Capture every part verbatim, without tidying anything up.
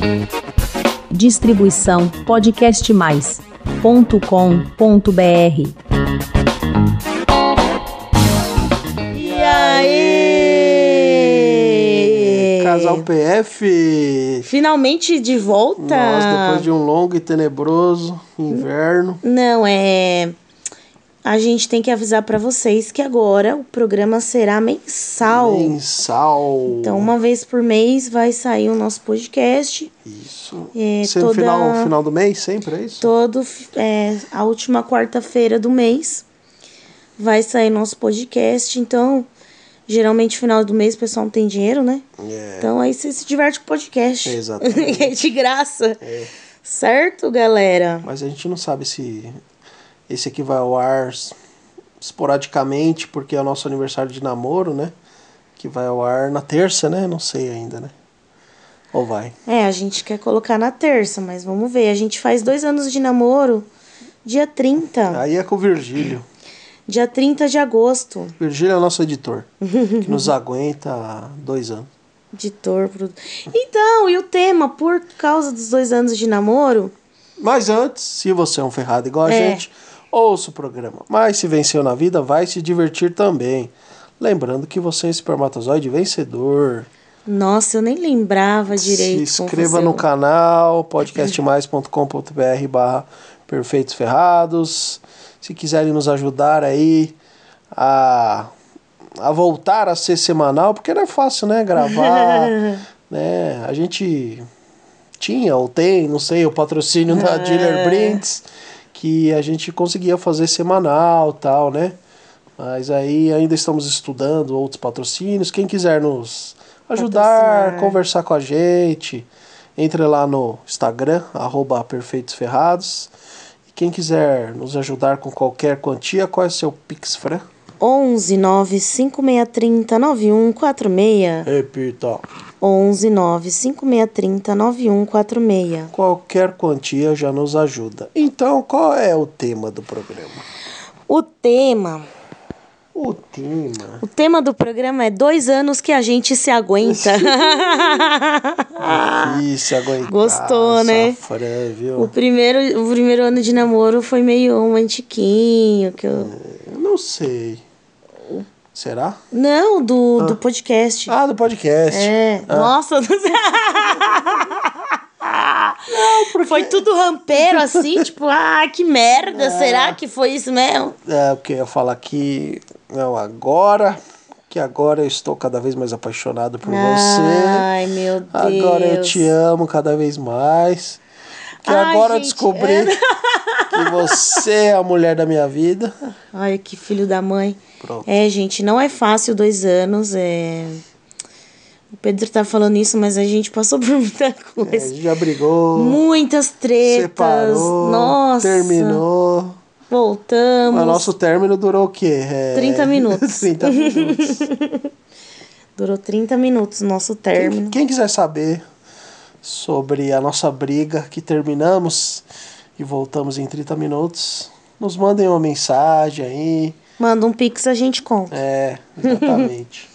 Distribuição podcast mais ponto com ponto br. E aí? Casal P F! Finalmente de volta! Nossa, depois de um longo e tenebroso inverno. Não, é... A gente tem que avisar pra vocês que agora o programa será mensal. Mensal. Então, uma vez por mês vai sair o nosso podcast. Isso. É, Sempre toda... final, final do mês, sempre, é isso? Todo, é, a última quarta-feira do mês vai sair nosso podcast. Então, geralmente, final do mês o pessoal não tem dinheiro, né? É. Então, aí você se diverte com o podcast. Exatamente. É de graça. É. Certo, galera? Mas a gente não sabe se esse aqui vai ao ar esporadicamente, porque é o nosso aniversário de namoro, né? Que vai ao ar na terça, né? Não sei ainda, né? Ou vai? É, a gente quer colocar na terça, mas vamos ver. A gente faz dois anos de namoro dia trinta. Aí é com o Virgílio. Dia trinta de agosto. Virgílio é o nosso editor, que nos aguenta há dois anos. Editor. Produ... Então, e o tema, por causa dos dois anos de namoro... Mas antes, se você é um ferrado igual a É. gente, ouça o programa. Mas se venceu na vida, vai se divertir também. Lembrando que você é um espermatozoide vencedor. Nossa, eu nem lembrava direito. Se inscreva como no canal podcast mais ponto com ponto br barra Perfeitos Ferrados. Se quiserem nos ajudar aí a, a voltar a ser semanal, porque não é fácil, né? Gravar, né? A gente tinha ou tem, não sei, o patrocínio da Dealer Brinks, que a gente conseguia fazer semanal e tal, né? Mas aí ainda estamos estudando outros patrocínios. Quem quiser nos ajudar, Patrocinar. conversar com a gente, entre lá no Instagram, arroba Perfeitos Ferrados. E quem quiser nos ajudar com qualquer quantia, qual é o seu Pix, Fran? onze nove cinco seis três zero nove um quatro seis. Repita. onze nove cinco seis três zero nove um quatro seis. Qualquer quantia já nos ajuda. Então, qual é o tema do programa? O tema... O tema... O tema do programa é dois anos que a gente se aguenta. Difícil aguentar. Gostou, essa né? Fran, viu? O primeiro, o primeiro ano de namoro foi meio romantiquinho. Que eu... Eu não sei. Será? Não, do, do podcast. Ah, do podcast. É. Ah. Nossa. Não, porque... Foi tudo rampeiro assim, tipo, ah, que merda. Será que foi isso mesmo? É, porque eu ia falar que... Não, agora... Que agora eu estou cada vez mais apaixonado por você. Ai, meu Deus. Agora eu te amo cada vez mais. Que Ai, agora eu gente, descobri é... que você é a mulher da minha vida. Ai, que filho da mãe. Pronto. É, gente, não é fácil dois anos. É... O Pedro tá falando isso, mas a gente passou por muita É, a coisa. gente já brigou. Muitas tretas. Separou. Nossa. Terminou. Voltamos. Mas nosso término durou o quê? É... trinta minutos. trinta minutos. Durou trinta minutos o nosso término. Quem, quem quiser saber sobre a nossa briga, que terminamos e voltamos em trinta minutos, nos mandem uma mensagem aí. Manda um pix, a gente conta. É, exatamente.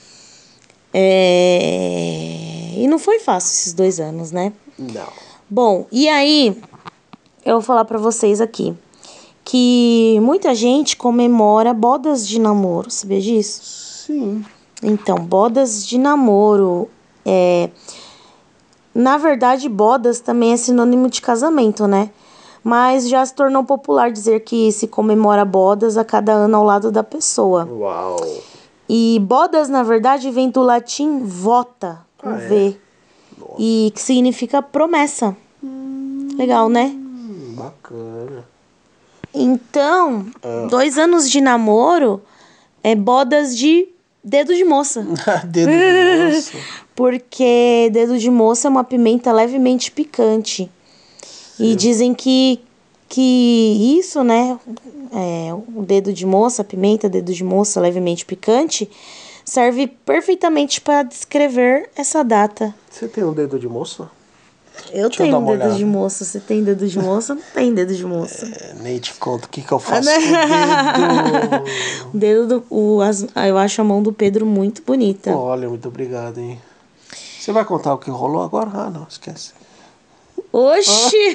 É... E não foi fácil esses dois anos, né? Não. Bom, e aí, eu vou falar pra vocês aqui que muita gente comemora bodas de namoro, sabia disso? Sim. Então, bodas de namoro, é... na verdade, bodas também é sinônimo de casamento, né? Mas já se tornou popular dizer que se comemora bodas a cada ano ao lado da pessoa. Uau. E bodas, na verdade, vem do latim vota, com Ah, V, Nossa. e que significa promessa. Hum, Legal, né? bacana. Então, Ah. dois anos de namoro é bodas de dedo de moça. Dedo de moça. Porque dedo de moça é uma pimenta levemente picante. E dizem que, que isso, né? É, o dedo de moça, a pimenta, dedo de moça levemente picante, serve perfeitamente para descrever essa data. Você tem um dedo de moça? Eu Deixa eu tenho dar um uma dedo olhada. de moça. Você tem dedo de moça? Não tem dedo de moça. É, nem te conto o que, que eu faço Ah, com né? o dedo. O dedo do... O, as, eu acho a mão do Pedro muito bonita. Olha, muito obrigado, hein? Você vai contar o que rolou agora? Ah, não, esquece. Oxi!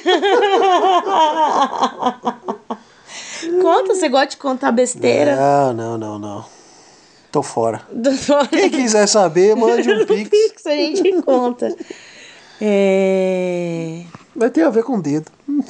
Conta, você gosta de contar besteira? Não, não, não, não. Tô fora. Doutora, Quem quiser saber, mande um pix. Pix, a gente conta. É... Vai ter a ver com o dedo.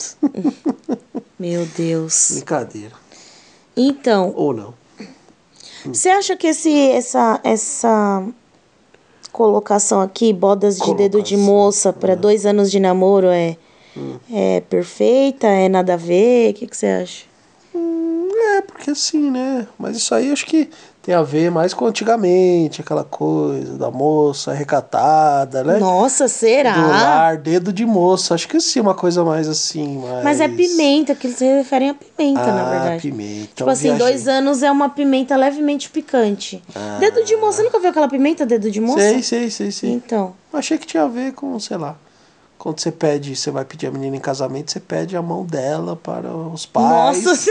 Meu Deus. Brincadeira. Então, Ou não. você acha que esse, essa, essa colocação aqui, bodas de dedo de Colocação, moça para dois anos de namoro, é, é perfeita? É nada a ver? O que, que você acha? Hum, É, porque assim, né? Mas isso aí acho que tem a ver mais com antigamente, aquela coisa da moça recatada, né? Nossa, Do será? lar, dedo de moça. Acho que sim, uma coisa mais assim, mais... Mas é pimenta, que eles se referem a pimenta, na Ah, verdade. pimenta. Tipo assim, Viajei. dois anos é uma pimenta levemente picante. Dedo de moça, você nunca viu aquela pimenta, dedo de moça? Sei, sei, sei, sei. Então. Achei que tinha a ver com, sei lá, quando você pede, você vai pedir a menina em casamento, você pede a mão dela para os pais. Nossa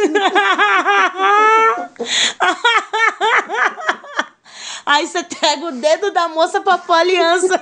Aí você pega o dedo da moça pra pôr aliança.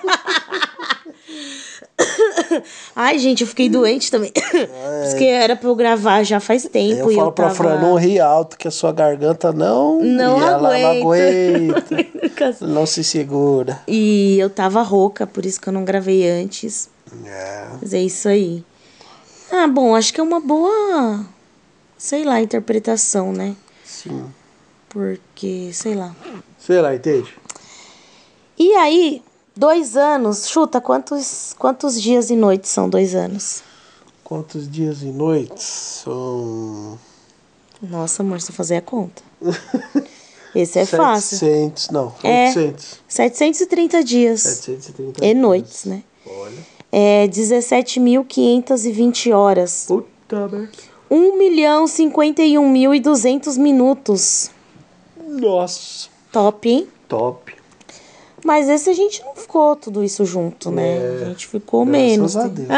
Ai, gente, eu fiquei doente também. Porque era pra eu gravar já faz tempo. Eu e falo eu pra tava... Fran, não ri alto, que a sua garganta não... Não e ela não aguenta. aguenta. Não se segura. E eu tava rouca, por isso que eu não gravei antes. É. Mas é isso aí. Ah, bom, acho que é uma boa, sei lá, interpretação, né? Sim. Porque, sei lá. Sei lá, entende? E aí, dois anos, chuta, quantos, quantos dias e noites são dois anos? Quantos dias e noites são... Nossa, amor, se eu fazer a conta. Esse é fácil. setecentos, não, É. oitocentos. setecentos e trinta dias. setecentos e trinta E dias. noites, né? Olha. É dezessete mil quinhentas e vinte horas. Puta merda. um milhão cinquenta e um mil e duzentos minutos. Nossa. Top, hein? Top. Mas esse a gente não ficou tudo isso junto, né? É, A gente ficou graças menos. a né? Deus.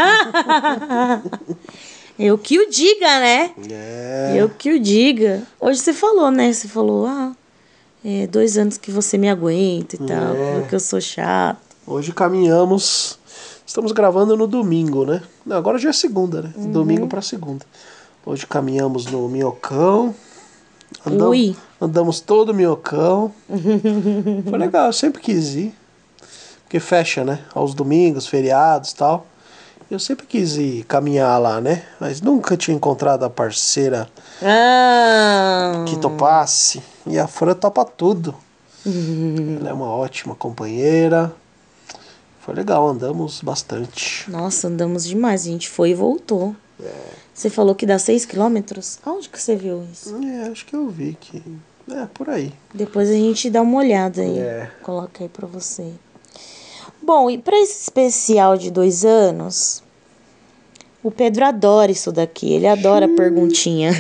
Eu que o diga, né? É. Eu que o diga. Hoje você falou, né? Você falou, ah, é dois anos que você me aguenta e tal, É. porque eu sou chato. Hoje caminhamos. Estamos gravando no domingo, né? Não, agora já é segunda, né? Uhum. Domingo pra segunda. Hoje caminhamos no Minhocão. Andam- Ui. Andamos todo Minhocão. Foi legal, eu sempre quis ir. Porque fecha, né? Aos domingos, feriados e tal. Eu sempre quis ir caminhar lá, né? Mas nunca tinha encontrado a parceira Ah. que topasse. E a Fran topa tudo. Ela é uma ótima companheira. Foi legal, andamos bastante. Nossa, andamos demais. A gente foi e voltou. Você falou que dá seis quilômetros? Aonde que você viu isso? É, acho que eu vi que... É, por aí. Depois a gente dá uma olhada aí. É. Coloca aí pra você. Bom, e pra esse especial de dois anos, o Pedro adora isso daqui. Ele adora perguntinha.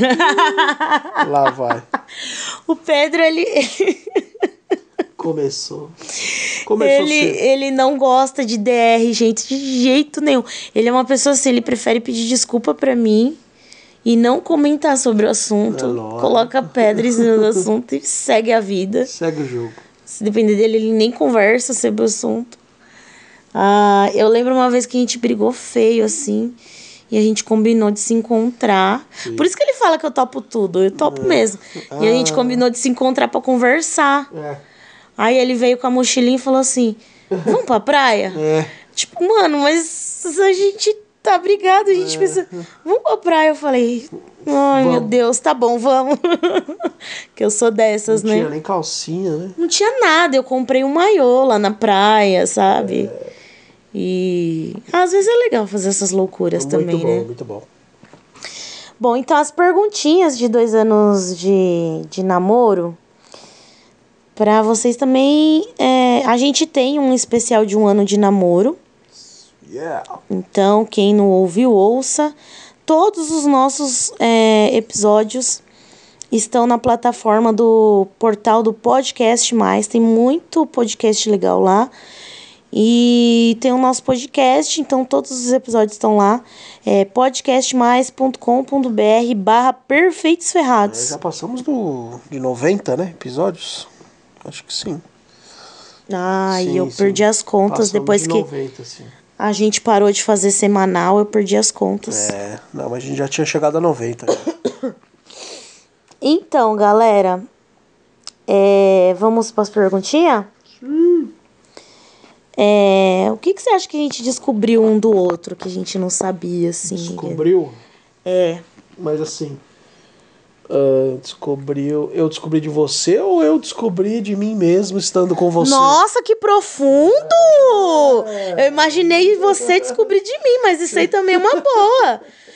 Lá vai. O Pedro, ele... Começou. Começou Ele, cedo. ele não gosta de D R, gente, de jeito nenhum. Ele é uma pessoa assim, ele prefere pedir desculpa pra mim e não comentar sobre o assunto. É lógico. Coloca pedra em cima do assunto e segue a vida. Segue o jogo. Se depender dele, ele nem conversa sobre o assunto. Ah, eu lembro uma vez que a gente brigou feio, assim, e a gente combinou de se encontrar. Sim. Por isso que ele fala que eu topo tudo, eu topo mesmo. E a gente Ah. combinou de se encontrar pra conversar. É. Aí ele veio com a mochilinha e falou assim, vamos pra praia? É. Tipo, mano, mas a gente tá brigado, a gente pensa, vamos pra praia? Eu falei, ai meu Vamos. Deus, tá bom, vamos. Que eu sou dessas, Não né? tinha nem calcinha, né? Não tinha nada, eu comprei um maiô lá na praia, sabe? E às vezes é legal fazer essas loucuras Muito também, bom, né? muito bom. Bom, então as perguntinhas de dois anos de, de namoro, pra vocês também, é, a gente tem um especial de um ano de namoro, Yeah. então quem não ouviu, ouça. Todos os nossos é, episódios estão na plataforma do portal do Podcast Mais, tem muito podcast legal lá. E tem o nosso podcast, então todos os episódios estão lá. É podcastmais.com.br barra Perfeitos É, Ferrados. já passamos do, de noventa, né? Episódios? Acho que sim. Ai, Sim, eu sim. perdi as contas Passamos depois de que... noventa, sim. a gente parou de fazer semanal, eu perdi as contas. É, não, mas a gente já tinha chegado a noventa. Então, galera, é, vamos para as perguntinhas? Hum. É, o que, que você acha que a gente descobriu um do outro, que a gente não sabia, assim? Descobriu? É. Mas assim, uh, descobriu... Eu descobri de você ou eu descobri de mim mesmo estando com você? Nossa, que profundo! Eu imaginei você descobrir de mim, mas isso aí também é uma boa.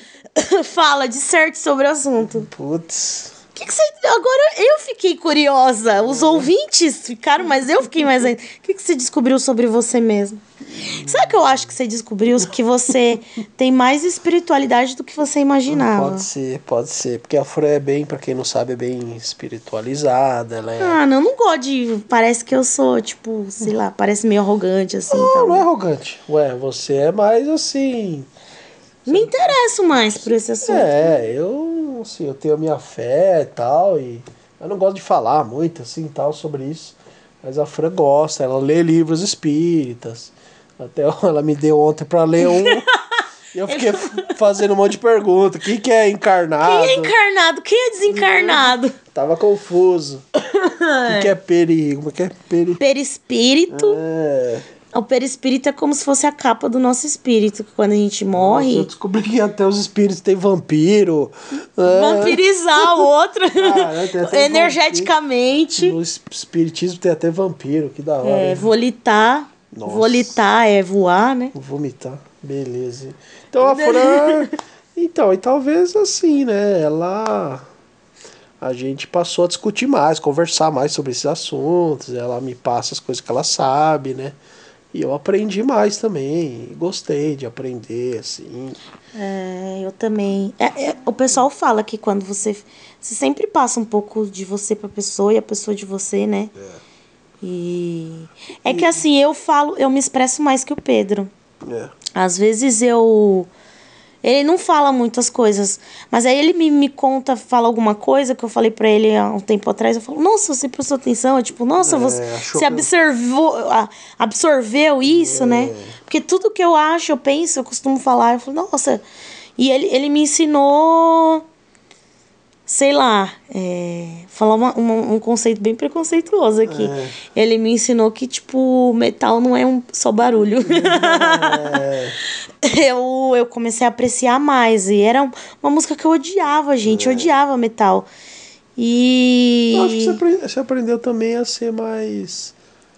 Fala, disserte sobre o assunto. Putz... Que que você... Agora eu fiquei curiosa. Os ouvintes ficaram, mas eu fiquei mais ainda. O que, que você descobriu sobre você mesmo? Sabe o que eu acho que você descobriu? Que você tem mais espiritualidade do que você imaginava. Pode ser, pode ser. Porque a Fran é bem, pra quem não sabe, é bem espiritualizada. Ela é... Ah, não, não gosto de... Parece que eu sou, tipo, sei lá, parece meio arrogante, assim. Não, então. não é arrogante. Ué, você é mais assim... Me interesso mais por esse assunto. É, eu, assim, eu tenho a minha fé e tal, e eu não gosto de falar muito, assim, tal, sobre isso. Mas a Fran gosta, ela lê livros espíritas. Até ela me deu ontem pra ler um, e eu fiquei fazendo um monte de perguntas. Quem que é encarnado? Quem é encarnado? Quem é desencarnado? Tava confuso. O que, que é peri... Como é que é peri... Perispírito. É... O perispírito é como se fosse a capa do nosso espírito, que quando a gente Nossa, morre... eu descobri que até os espíritos têm vampiro. É. Vampirizar o outro Ah, tem até energeticamente. No espiritismo tem até vampiro, que da hora. É, hein? volitar. Nossa. Volitar é voar, né? Vomitar, beleza. Então a Fran... Então, e talvez assim, né? Ela... A gente passou a discutir mais, conversar mais sobre esses assuntos. Ela me passa as coisas que ela sabe, né? E eu aprendi mais também. Gostei de aprender, assim. É, eu também. É, é, o pessoal fala que quando você... Você sempre passa um pouco de você pra pessoa e a pessoa de você, né? É. E... É que assim, eu falo... Eu me expresso mais que o Pedro. É. Às vezes eu... Ele não fala muitas coisas, mas aí ele me, me conta, fala alguma coisa que eu falei pra ele há um tempo atrás. Eu falo, nossa, você prestou atenção? Eu, tipo, nossa, É, você, achou você que- absorveu, ah, absorveu isso, É. né? Porque tudo que eu acho, eu penso, eu costumo falar. Eu falo, nossa. E ele, ele me ensinou, sei lá, é, falar uma, uma- um conceito bem preconceituoso aqui. É. Ele me ensinou que, tipo, metal não é um, só barulho. É. eu, eu comecei a apreciar mais. E era uma música que eu odiava, gente. Eu odiava metal. E... Eu acho que você apre- você aprendeu também a ser mais...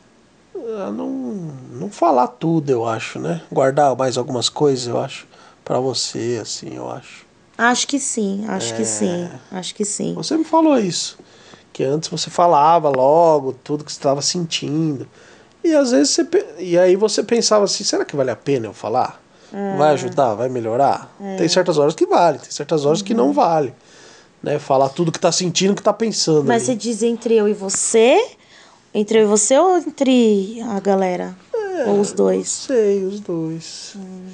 A não, não falar tudo, eu acho, né? Guardar mais algumas coisas, eu acho. Pra você, assim, eu acho. Acho que sim, acho É. que sim. Acho que sim. Você me falou isso. Que antes você falava logo tudo que você estava sentindo. E às vezes você... pe- E aí você pensava assim, será que vale a pena eu falar? Vai ajudar? Vai melhorar? Tem certas horas que vale, tem certas horas que não vale. Né? Falar tudo que tá sentindo, que tá pensando. Mas você ali. diz entre eu e você? Entre eu e você ou entre a galera? Ou os Não dois? sei, os dois.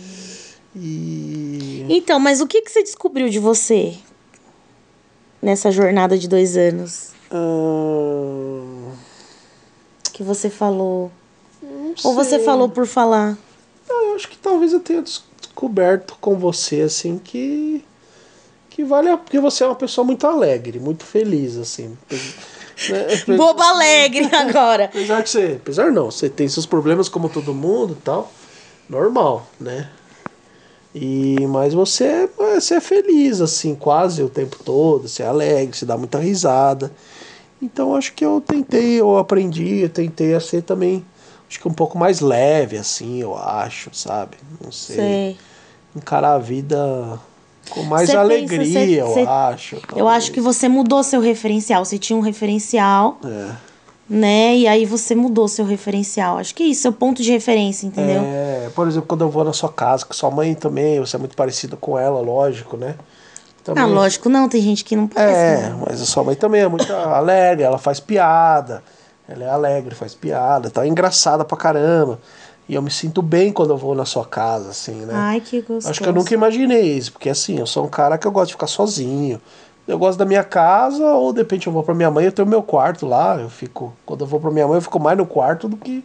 E... Então, mas o que, que você descobriu de você nessa jornada de dois anos? Ahn, Que você falou? não Ou você sei. falou por falar? Ah, eu acho que talvez eu tenha des- descoberto com você, assim, que... Que vale a... Porque você é uma pessoa muito alegre, muito feliz, assim. Né? Boba alegre agora. Apesar que você... Apesar não, você tem seus problemas como todo mundo e tal. Normal, né? E, mas você, você é feliz, assim, quase o tempo todo. Você é alegre, você dá muita risada. Então acho que eu tentei, eu aprendi, eu tentei a ser também... Acho que um pouco mais leve, assim, eu acho, sabe? Não sei. Sei. Encarar a vida com mais Cê pensa, alegria, cê- eu cê- acho. Eu talvez. acho que você mudou seu referencial. Você tinha um referencial, É. né? E aí você mudou seu referencial. Acho que é isso, seu ponto de referência, entendeu? É, por exemplo, quando eu vou na sua casa, que sua mãe também, você é muito parecida com ela, lógico, né? Também, Ah, lógico não, tem gente que não parece. É, não. mas a sua mãe também é muito alegre, ela faz piada. Ela é alegre, faz piada, tá engraçada pra caramba. E eu me sinto bem quando eu vou na sua casa, assim, né? Ai, que gostoso. Acho que eu nunca imaginei isso, porque assim, eu sou um cara que eu gosto de ficar sozinho. Eu gosto da minha casa, ou de repente eu vou pra minha mãe, eu tenho meu quarto lá, eu fico... Quando eu vou pra minha mãe, eu fico mais no quarto do que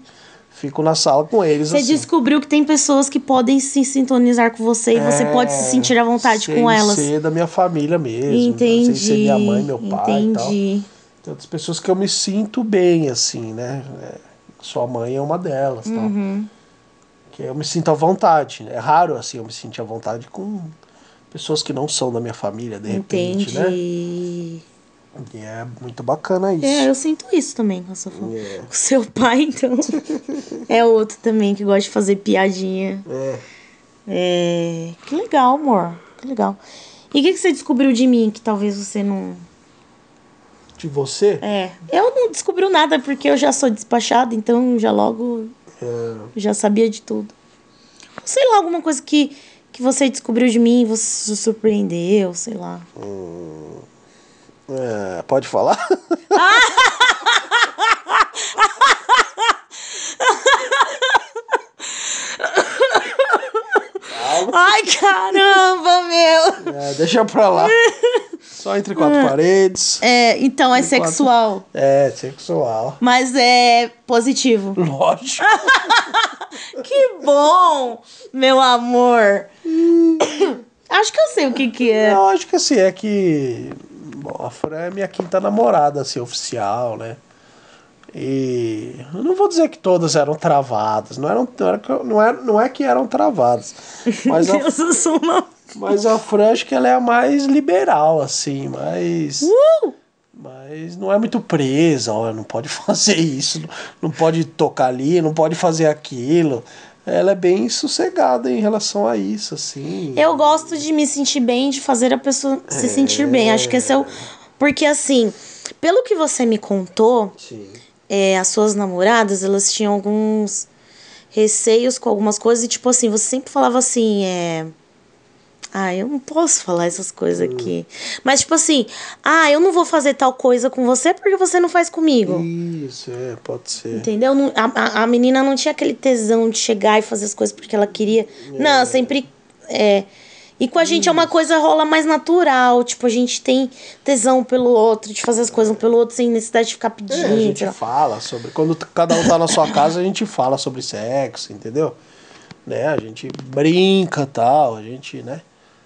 fico na sala com eles. Você assim. descobriu que tem pessoas que podem se sintonizar com você e você É, pode se sentir à vontade sem com elas. ser da minha família mesmo. Entendi. Sem ser minha mãe, meu pai e tal. Entendi. Tem outras pessoas que eu me sinto bem, assim, né? É, sua mãe é uma delas, Uhum. tal. Que eu me sinto à vontade. É raro, assim, eu me sentir à vontade com pessoas que não são da minha família, de repente, né? Entendi. E é muito bacana isso. É, eu sinto isso também com a sua família. É. Com seu pai, então. É outro também que gosta de fazer piadinha. É. É. Que legal, amor. Que legal. E o que, que você descobriu de mim que talvez você não. De você? É. Eu não descobriu nada porque eu já sou despachada, então já logo. É. Já sabia de tudo. Sei lá, alguma coisa que, que você descobriu de mim e você se surpreendeu, sei lá. Hum, é, pode falar? Ai, caramba, meu! É, deixa pra lá. Só entre quatro paredes. É, então é Entre quatro- sexual, É, sexual. mas é positivo. Lógico. Que bom, meu amor. Acho que eu sei o que que é. Eu acho que assim, é que. Bom, a Fran é minha quinta namorada, assim, oficial, né? E eu não vou dizer que todas eram travadas. Não, eram, não, era, que- não, era, não é que eram travadas. Mas a, Deus, eu sou uma... mas a Fran, acho que ela é a mais liberal, assim, mais. Uh! Mas não é muito presa, ó, não pode fazer isso, não, não pode tocar ali, não pode fazer aquilo. Ela é bem sossegada em relação a isso, assim. Eu gosto de me sentir bem, de fazer a pessoa se É. sentir bem. Acho que esse é o... Porque, assim, pelo que você me contou, Sim. é, as suas namoradas, elas tinham alguns receios com algumas coisas. E, tipo assim, você sempre falava assim, é... Ah, eu não posso falar essas coisas aqui. Mas, tipo assim, ah, eu não vou fazer tal coisa com você porque você não faz comigo. Isso, é, pode ser. Entendeu? Não- A, a, a menina não tinha aquele tesão de chegar e fazer as coisas porque ela queria. Não, sempre. É. E com a gente é uma coisa rola mais natural. Tipo, a gente tem tesão pelo outro, de fazer as coisas um pelo outro sem necessidade de ficar É, pedindo. a gente sei lá. fala sobre. Quando cada um tá na sua casa, a gente fala sobre sexo, entendeu? Né? A gente brinca e tal, a gente, né?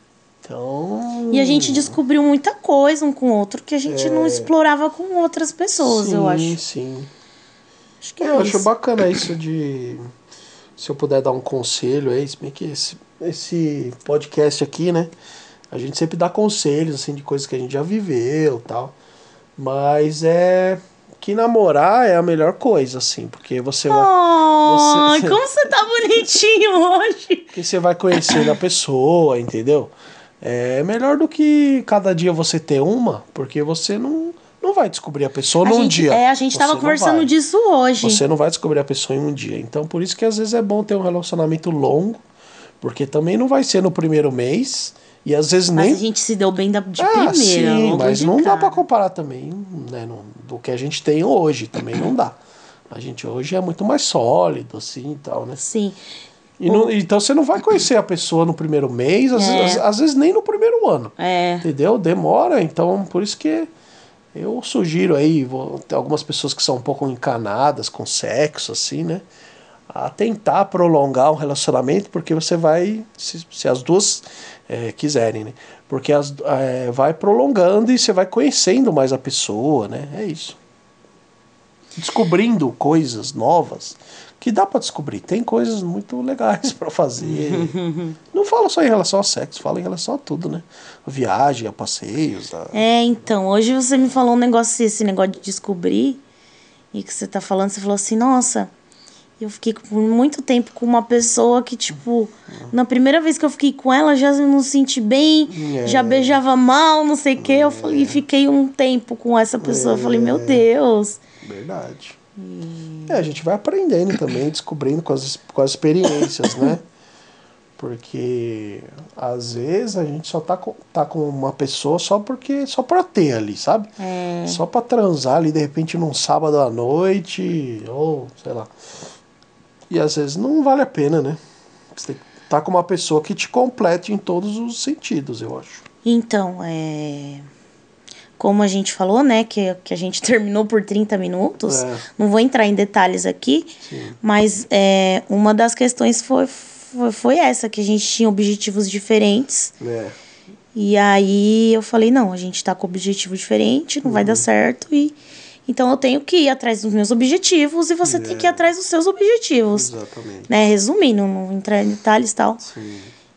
Então. E a gente descobriu muita coisa um com o outro que a gente não explorava com outras pessoas, sim, eu acho. Sim. Acho que é Eu acho isso. bacana isso de. Se eu puder dar um conselho aí, se bem que esse, esse podcast aqui, né? A gente sempre dá conselhos, assim, de coisas que a gente já viveu e tal. Mas é. Que namorar é a melhor coisa, assim, porque você vai. Ai, você- como você tá bonitinho hoje. Porque você vai conhecendo a pessoa, entendeu? É melhor do que cada dia você ter uma, porque você não, não vai descobrir a pessoa A num gente, dia. é, a gente Você tava não conversando vai. disso hoje. Você não vai descobrir a pessoa em um dia. Então, por isso que às vezes é bom ter um relacionamento longo, porque também não vai ser no primeiro mês, e às vezes Mas nem. a gente se deu bem da, de Ah, primeira. sim, logo mas de não dá cara. pra comparar também, né, no- do que a gente tem hoje, também não dá. A gente hoje é muito mais sólido, assim, e tal, né? Sim. E não- então você não vai conhecer a pessoa no primeiro mês, às, É. vezes, às vezes nem no primeiro ano. É. Entendeu? Demora, então por isso que eu sugiro aí, vou, tem algumas pessoas que são um pouco encanadas com sexo, assim, né? A tentar prolongar um relacionamento, porque você vai, se, se as duas é, quiserem, né? Porque as, é, vai prolongando e você vai conhecendo mais a pessoa, né? É isso. Descobrindo coisas novas que dá pra descobrir. Tem coisas muito legais pra fazer. Não fala só em relação ao sexo, fala em relação a tudo, né? A viagem, a passeios. A... É, então, hoje você me falou um negócio, esse negócio de descobrir, e que você tá falando, você falou assim, nossa, eu fiquei por muito tempo com uma pessoa que, tipo, na primeira vez que eu fiquei com ela, já não senti bem, É. já beijava mal, não sei o quê. Eu falei, e fiquei um tempo com essa pessoa. Eu falei, meu Deus. Verdade. É, a gente vai aprendendo também, descobrindo com as, com as experiências, né? Porque às vezes a gente só tá com, tá com uma pessoa só porque só pra ter ali, sabe? É. Só pra transar ali de repente num sábado à noite, ou sei lá. E às vezes não vale a pena, né? Você tem que estar com uma pessoa que te complete em todos os sentidos, eu acho. Então, é... como a gente falou, né, que, que a gente terminou por trinta minutos, É. não vou entrar em detalhes aqui, Sim. mas é, uma das questões foi, foi, foi essa, que a gente tinha objetivos diferentes. É. E aí eu falei, não, a gente tá com objetivo diferente, não Uhum. vai dar certo, e então eu tenho que ir atrás dos meus objetivos e você É. tem que ir atrás dos seus objetivos. Exatamente. Né, resumindo, não entrar em detalhes e tal. Sim.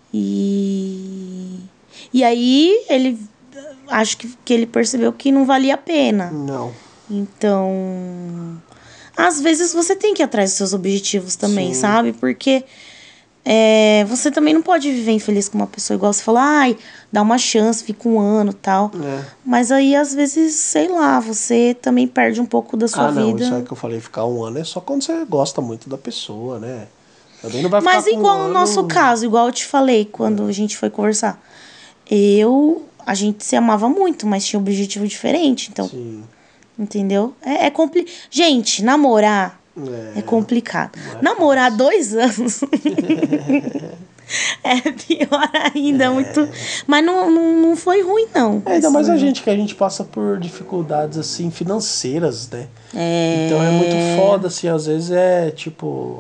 E, e aí ele, acho que, que ele percebeu que não valia a pena. Não. Então, às vezes você tem que ir atrás dos seus objetivos também, Sim. sabe? Porque é, você também não pode viver infeliz com uma pessoa igual você falou, ai, dá uma chance, fica um ano e tal. É. Mas aí, às vezes, sei lá, você também perde um pouco da sua Ah, não, vida. isso aí que eu falei, ficar um ano é só quando você gosta muito da pessoa, né? Também não vai ficar Mas com igual um no ano... nosso caso, igual eu te falei quando a gente foi conversar. Eu, a gente se amava muito, mas tinha um objetivo diferente, então, Sim. entendeu? É, é compli... Gente, namorar é, É. complicado. Não é Namorar dois anos é pior ainda, muito... Mas não, não, não foi ruim, não. É, ainda mais a Assim, gente, que a gente passa por dificuldades, assim, financeiras, né? É... Então é muito foda, assim, às vezes é, tipo...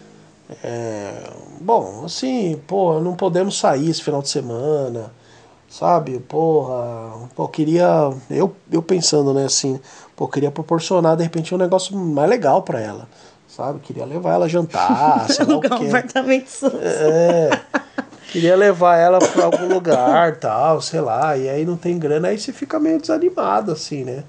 É, bom, assim, pô, não podemos sair esse final de semana, sabe? Porra, pô, queria... Eu, eu pensando, né, assim... Pô, queria proporcionar, de repente, um negócio mais legal pra ela, sabe? Queria levar ela a jantar, sei lá o alugar um quê. apartamento só. É, queria levar ela pra algum lugar, tal, sei lá, e aí não tem grana, aí você fica meio desanimado, assim, né?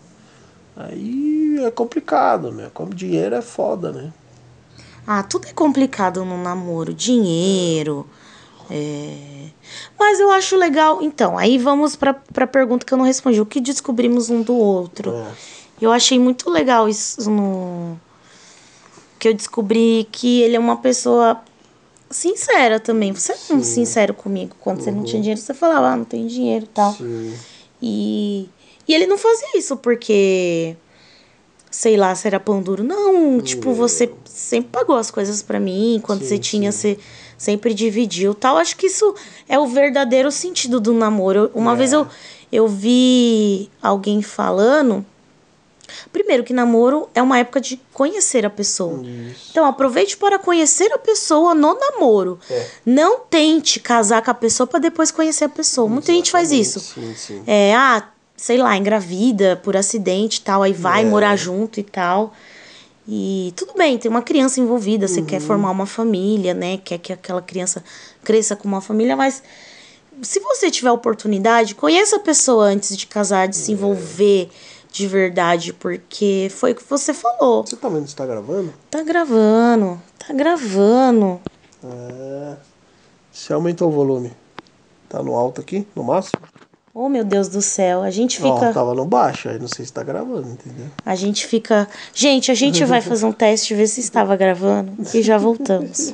Aí é complicado, né? Como dinheiro é foda, né? Ah, tudo é complicado no namoro. Dinheiro. É... Mas eu acho legal. Então, aí vamos pra, pra pergunta que eu não respondi. O que descobrimos um do outro? É. Eu achei muito legal isso no. Que eu descobri que ele é uma pessoa sincera também. Você é um Sim. sincero comigo. Quando você não tinha dinheiro, você falava, ah, não tem dinheiro e tal. Sim. E, e ele não fazia isso porque, sei lá, se era pão duro. Não, tipo, você sempre pagou as coisas pra mim. Quando Sim, você tinha, sim. você sempre dividiu tal. Acho que isso é o verdadeiro sentido do namoro. Eu- Uma É. vez eu, eu vi alguém falando. Primeiro, que namoro é uma época de conhecer a pessoa. Isso. Então, aproveite para conhecer a pessoa no namoro. É. Não tente casar com a pessoa para depois conhecer a pessoa. Muita gente faz Exatamente, isso. Sim, sim. É, ah, sei lá, engravida por acidente e tal, aí vai É. morar junto e tal. E tudo bem, tem uma criança envolvida, você quer formar uma família, né? Quer que aquela criança cresça com uma família, mas se você tiver oportunidade, conheça a pessoa antes de casar, de se envolver de verdade, porque foi o que você falou. Você também não está gravando? Tá gravando, tá gravando. É. Você aumentou o volume. Tá no alto aqui, no máximo? Oh, meu Deus do céu, a gente Ó, fica... tava no baixo, aí não sei se tá gravando, entendeu? A gente fica... Gente, a gente vai fazer um teste, ver se estava gravando e já voltamos.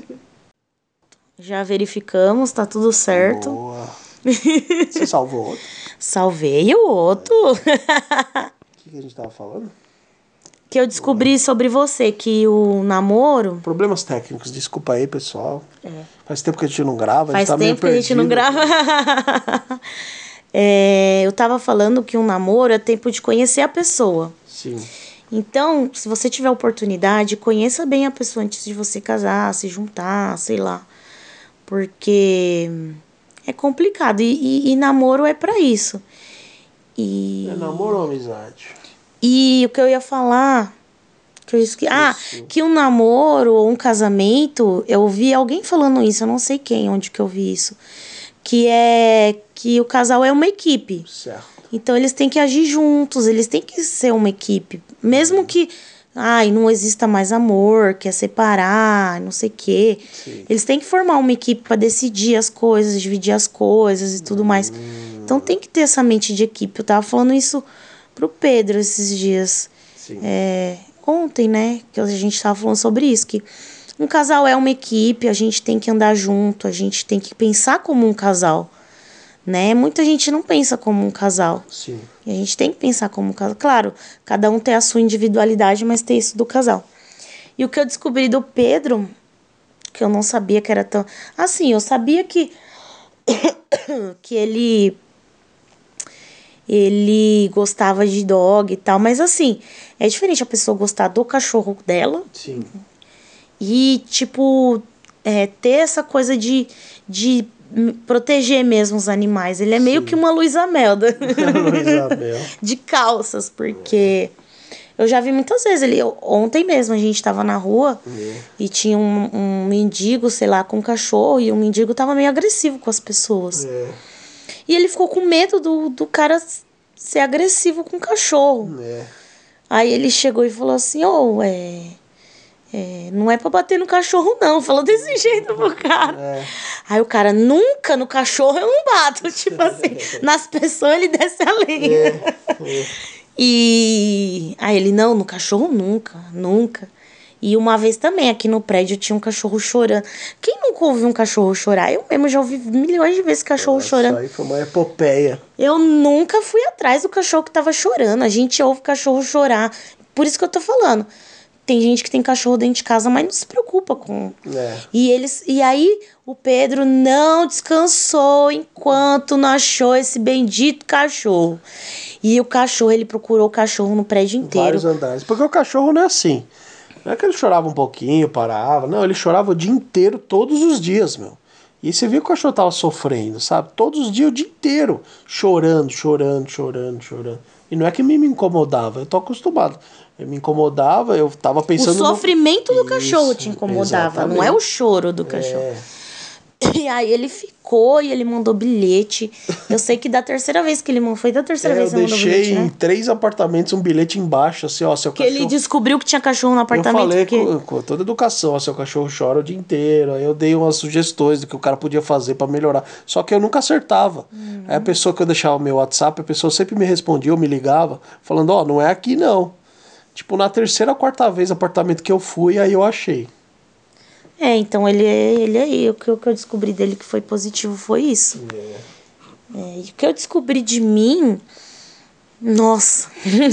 Já verificamos, tá tudo certo. Boa. Você salvou outro? Salvei o outro. O que, que a gente tava falando? Que eu descobri sobre você, que o namoro... Problemas técnicos, desculpa aí, pessoal. Faz tempo que a gente não grava, a gente Faz tá meio tempo que a gente não perdido. grava. É, eu tava falando que um namoro é tempo de conhecer a pessoa. Sim. Então, se você tiver oportunidade, conheça bem a pessoa antes de você casar, se juntar, sei lá. Porque é complicado. E, e, e namoro é pra isso. E, É namoro ou amizade? e o que eu ia falar... Que eu esque... Ah, Isso. que um namoro ou um casamento... Eu ouvi alguém falando isso, eu não sei quem, onde que eu vi isso. Que é que o casal é uma equipe. Certo. Então, eles têm que agir juntos, eles têm que ser uma equipe. Mesmo que ai, não exista mais amor, quer separar, não sei o quê. Sim. Eles têm que formar uma equipe para decidir as coisas, dividir as coisas e tudo mais. Então, tem que ter essa mente de equipe. Eu tava falando isso pro Pedro esses dias. Sim. É, ontem, né? Que a gente tava falando sobre isso. Que um casal é uma equipe, a gente tem que andar junto, a gente tem que pensar como um casal. Né? Muita gente não pensa como um casal. Sim. E a gente tem que pensar como um casal. Claro, cada um tem a sua individualidade, mas tem isso do casal. E o que eu descobri do Pedro, que eu não sabia que era tão... Assim, eu sabia que, que ele... ele gostava de dog e tal. Mas assim, é diferente a pessoa gostar do cachorro dela. Sim. E, tipo, é, ter essa coisa de, de proteger mesmo os animais. Ele é meio Sim. que uma Luísa Mel da- Luísa Mel. de calças, porque eu já vi muitas vezes. Ele, ontem mesmo a gente tava na rua É. e tinha um, um mendigo, sei lá, com um cachorro, e o mendigo tava meio agressivo com as pessoas. É. E ele ficou com medo do, do cara ser agressivo com o cachorro. É. Aí ele chegou e falou assim, ô, é, é, não é pra bater no cachorro não, falou desse jeito pro cara. É. Aí o cara, nunca no cachorro eu não bato, tipo assim, nas pessoas ele desce a lenha. É. É. E aí ele, não, no cachorro nunca, nunca. E uma vez também, aqui no prédio, tinha um cachorro chorando. Quem nunca ouviu um cachorro chorar? Eu mesmo já ouvi milhões de vezes cachorro Nossa, chorando. aí foi uma epopeia. Eu nunca fui atrás do cachorro que tava chorando. A gente ouve cachorro chorar. Por isso que eu tô falando. Tem gente que tem cachorro dentro de casa, mas não se preocupa com... É. E, eles, e aí o Pedro não descansou enquanto não achou esse bendito cachorro. E o cachorro, ele procurou o cachorro no prédio inteiro. Vários andares. Porque o cachorro não é assim. Não é que ele chorava um pouquinho, parava. Não, ele chorava o dia inteiro, todos os dias, meu. E você viu que o cachorro tava sofrendo, sabe? Todos os dias, o dia inteiro. Chorando, chorando, chorando, chorando. E não é que me, me incomodava, eu tô acostumado. Eu me incomodava, eu tava O pensando... sofrimento no... do cachorro Isso, te incomodava, exatamente. não é o choro do cachorro. É. E aí ele ficou e ele mandou bilhete. Eu sei que da terceira vez que ele mandou, foi da terceira É, vez eu que ele mandou deixei bilhete, em né? três apartamentos um bilhete embaixo, assim, ó, seu Que cachorro... ele descobriu que tinha cachorro no Eu apartamento. falei porque... com, com toda educação, ó, seu cachorro chora o dia inteiro. Aí eu dei umas sugestões do que o cara podia fazer pra melhorar. Só que eu nunca acertava. Uhum. Aí a pessoa que eu deixava o meu WhatsApp, a pessoa sempre me respondia, ou me ligava, falando, ó, não é aqui não. Tipo, na terceira ou quarta vez apartamento que eu fui, aí eu achei. É, então ele é, ele é aí. O que, o que eu descobri dele que foi positivo foi isso. É. É, e o que eu descobri de mim. Nossa!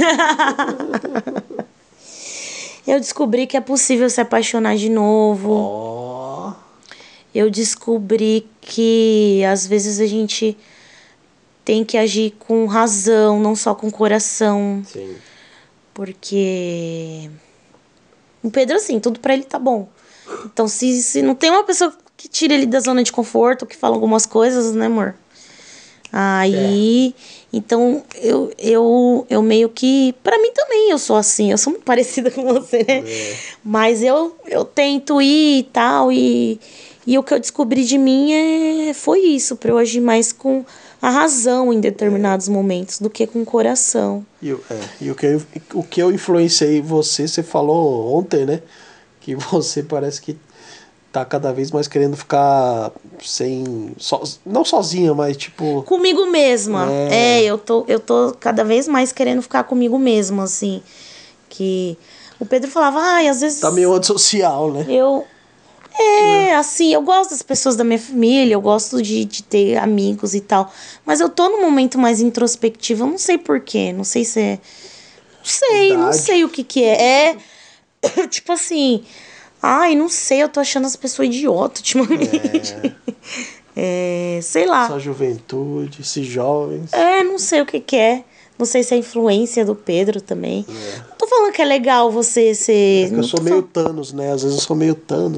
Eu descobri que é possível se apaixonar de novo. Ó. Eu descobri que às vezes a gente tem que agir com razão, não só com coração. Sim. Porque o Pedro, assim, tudo pra ele tá bom. Então, se, se não tem uma pessoa que tira ele da zona de conforto, que fala algumas coisas, né, amor? Aí, então, eu, eu, eu meio que... Pra mim também, eu sou assim. Eu sou muito parecida com você, né? É. Mas eu, eu tento ir e tal. E, e o que eu descobri de mim é, foi isso. Pra eu agir mais com a razão em determinados momentos do que com o coração. E, o- é, e o, que eu, o que eu influenciei você, você falou ontem, né? Que você parece que tá cada vez mais querendo ficar sem... So, não sozinha, mas tipo... Comigo mesma. É. É, eu, tô, eu tô cada vez mais querendo ficar comigo mesma, assim. Que o Pedro falava, ai, às vezes... Tá meio antissocial, né? Eu... É, assim, eu gosto das pessoas da minha família, eu gosto de, de ter amigos e tal. Mas eu tô num momento mais introspectivo, eu não sei porquê, não sei se é... Não sei, não Idade. sei o que que é. É, tipo assim... Ai, não sei, eu tô achando as pessoas idiotas ultimamente. É, sei lá. Essa juventude, esses jovens. É, não sei o que que é. Não sei se é a influência do Pedro também. É. Não tô falando que é legal você ser... É que eu não sou tô meio falando- Thanos, né? Às vezes eu sou meio Thanos.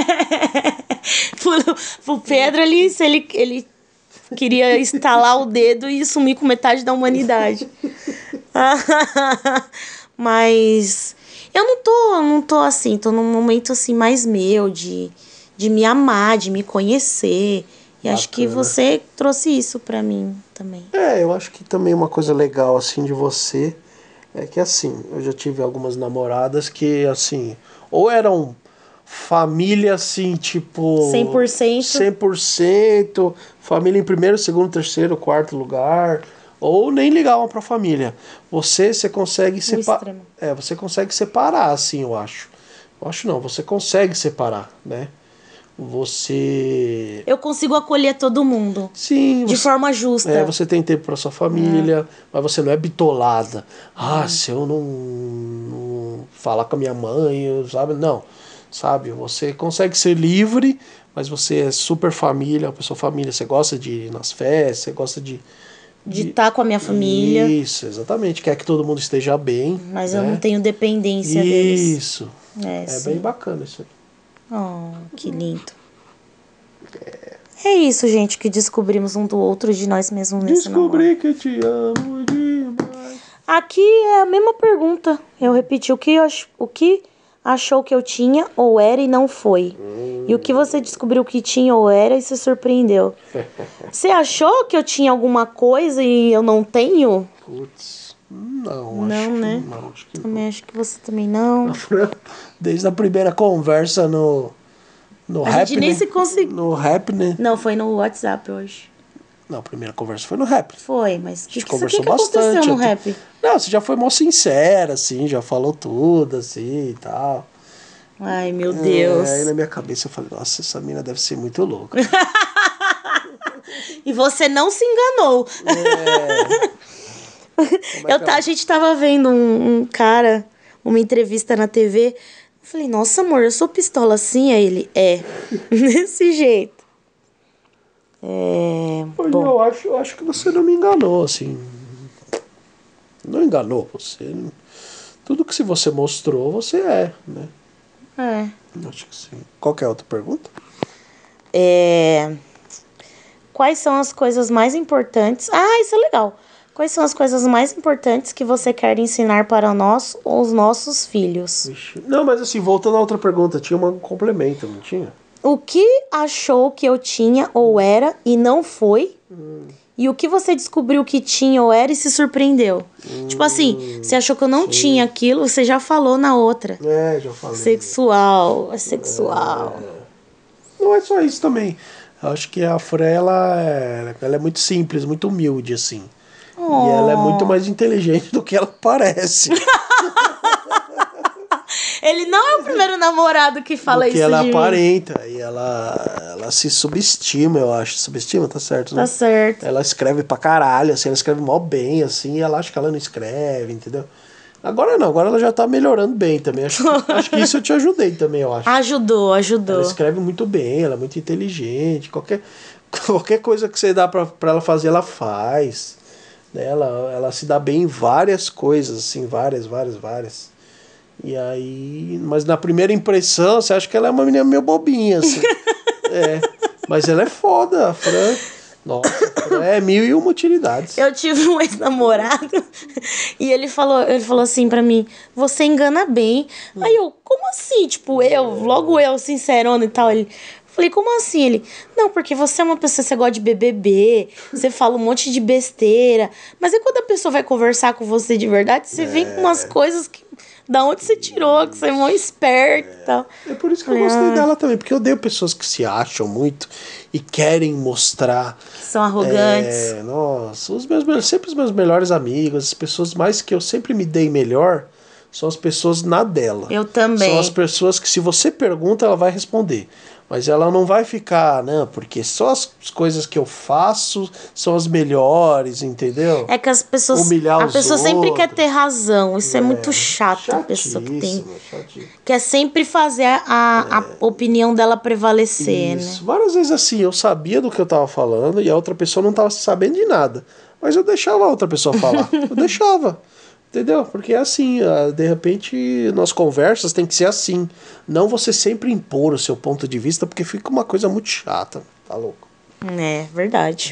pro, pro Pedro, ele, se ele, ele queria estalar o dedo e sumir com metade da humanidade. Mas eu não tô, não tô assim, tô num momento assim mais meu de, de me amar, de me conhecer. E acho que Bacana. você trouxe isso pra mim também. É, eu acho que também uma coisa legal, assim, de você é que, assim, eu já tive algumas namoradas que, assim, ou eram família, assim, tipo... cem por cento. cem por cento, família em primeiro, segundo, terceiro, quarto lugar, ou nem ligavam pra família. Você, você consegue separar... extremo. É, você consegue separar, assim, eu acho. Eu acho não, você consegue separar, né? Você... Eu consigo acolher todo mundo. Sim, De você- forma justa. É, você tem tempo para sua família, mas você não é bitolada. Ah, Uhum. se eu não, não falar com a minha mãe, eu- sabe? Não, sabe? Você consegue ser livre, mas você é super família, uma pessoa família. Você gosta de ir nas festas, você gosta de, de estar com a minha família. Isso, exatamente. Quer que todo mundo esteja bem. Mas né? eu não tenho dependência deles. Isso. É, É sim. bem bacana isso aí. Oh, que lindo. É isso, gente, que descobrimos um do outro de nós mesmos nesse namoro. Descobri que te amo demais. Aqui é a mesma pergunta. Eu repeti o que, eu ach- o que achou que eu tinha ou era e não foi. Hum. E o que você descobriu que tinha ou era e se surpreendeu. Você achou que eu tinha alguma coisa e eu não tenho? Putz, não, Não, acho né? que não. Acho que Também acho que você também não. não. Desde a primeira conversa no, no A rap, gente nem né? se conseguiu. No rap, né? Não, foi no WhatsApp hoje. Não, a primeira conversa foi no rap. Foi, mas o A que, gente que, isso- conversou que, que aconteceu bastante. no eu te- rap? Não, você já foi mó sincera, assim, já falou tudo, assim, e tal. Ai, meu Deus. É, aí na minha cabeça eu falei, nossa, essa mina deve ser muito louca. E você não se enganou. É. Como é Eu que tá, ela- a gente tava vendo um, um cara, uma entrevista na T V. Eu falei, nossa, amor, eu sou pistola assim? Aí ele, é. Desse jeito. É. Pois Bom, eu acho, eu acho que você não me enganou, assim. Não enganou você. Tudo que se você mostrou, você é, né? é. Acho que sim. Qual que é a outra pergunta? É. Quais são as coisas mais importantes? Ah, isso é legal. Quais são as coisas mais importantes que você quer ensinar para nós ou os nossos filhos? Vixe. Não, mas assim, voltando à outra pergunta, tinha um complemento, não tinha? O que achou que eu tinha ou era e não foi? E o que você descobriu que tinha ou era e se surpreendeu? Tipo assim, você achou que eu não tinha aquilo, você já falou na outra. É, já falei. Sexual, é sexual. Não é só isso também. Eu acho que a Fran, ela é, ela é muito simples, muito humilde, assim. Oh. E ela é muito mais inteligente do que ela parece. Ele não é o primeiro namorado que fala do que isso ela de mim. aparenta. E ela, ela se subestima, eu acho. Subestima, tá certo, né? Tá certo. Ela escreve pra caralho, assim, ela escreve mó bem, assim, e ela acha que ela não escreve, entendeu? Agora não, agora ela já tá melhorando bem também. Acho, que- acho que isso eu te ajudei também, eu acho. Ajudou, ajudou. Ela escreve muito bem, ela é muito inteligente. Qualquer, qualquer coisa que você dá pra, pra ela fazer, ela faz. Né? Ela, ela se dá bem em várias coisas, assim, várias, várias, várias. E aí. Mas na primeira impressão, você acha que ela é uma menina meio bobinha, assim. É. Mas ela é foda, a Fran. Nossa, a Fran é mil e uma utilidades. Eu tive um ex-namorado e ele falou, ele falou assim pra mim, você engana bem. Aí eu, como assim? Tipo, eu, logo eu, sincerona e tal. Ele, falei, como assim? Ele, não, porque você é uma pessoa, você gosta de B B B, você fala um monte de besteira. Mas aí quando a pessoa vai conversar com você de verdade, você vem com umas coisas que... Da onde você tirou, que você é mó esperto e tal. É por isso que eu gostei dela também, porque eu odeio pessoas que se acham muito e querem mostrar. Que são arrogantes. É, nossa, os meus, meus- sempre os meus melhores amigos, as pessoas mais que eu sempre me dei melhor, são as pessoas na dela. Eu também. São as pessoas que se você pergunta, ela vai responder. Mas ela não vai ficar, não, porque só as coisas que eu faço são as melhores, entendeu? É que as pessoas. Humilhar a os pessoa sempre quer outros. ter razão. Isso é, muito chato, a pessoa que tem. Chatíssimo, chatíssimo. Quer sempre fazer a, a, a opinião dela prevalecer, Isso. né? Várias vezes assim, eu sabia do que eu tava falando e a outra pessoa não tava sabendo de nada. Mas eu deixava a outra pessoa falar. Eu deixava. Entendeu? Porque é assim, ah, de repente, nas conversas tem que ser assim. Não você sempre impor o seu ponto de vista, porque fica uma coisa muito chata. Tá louco? É, verdade.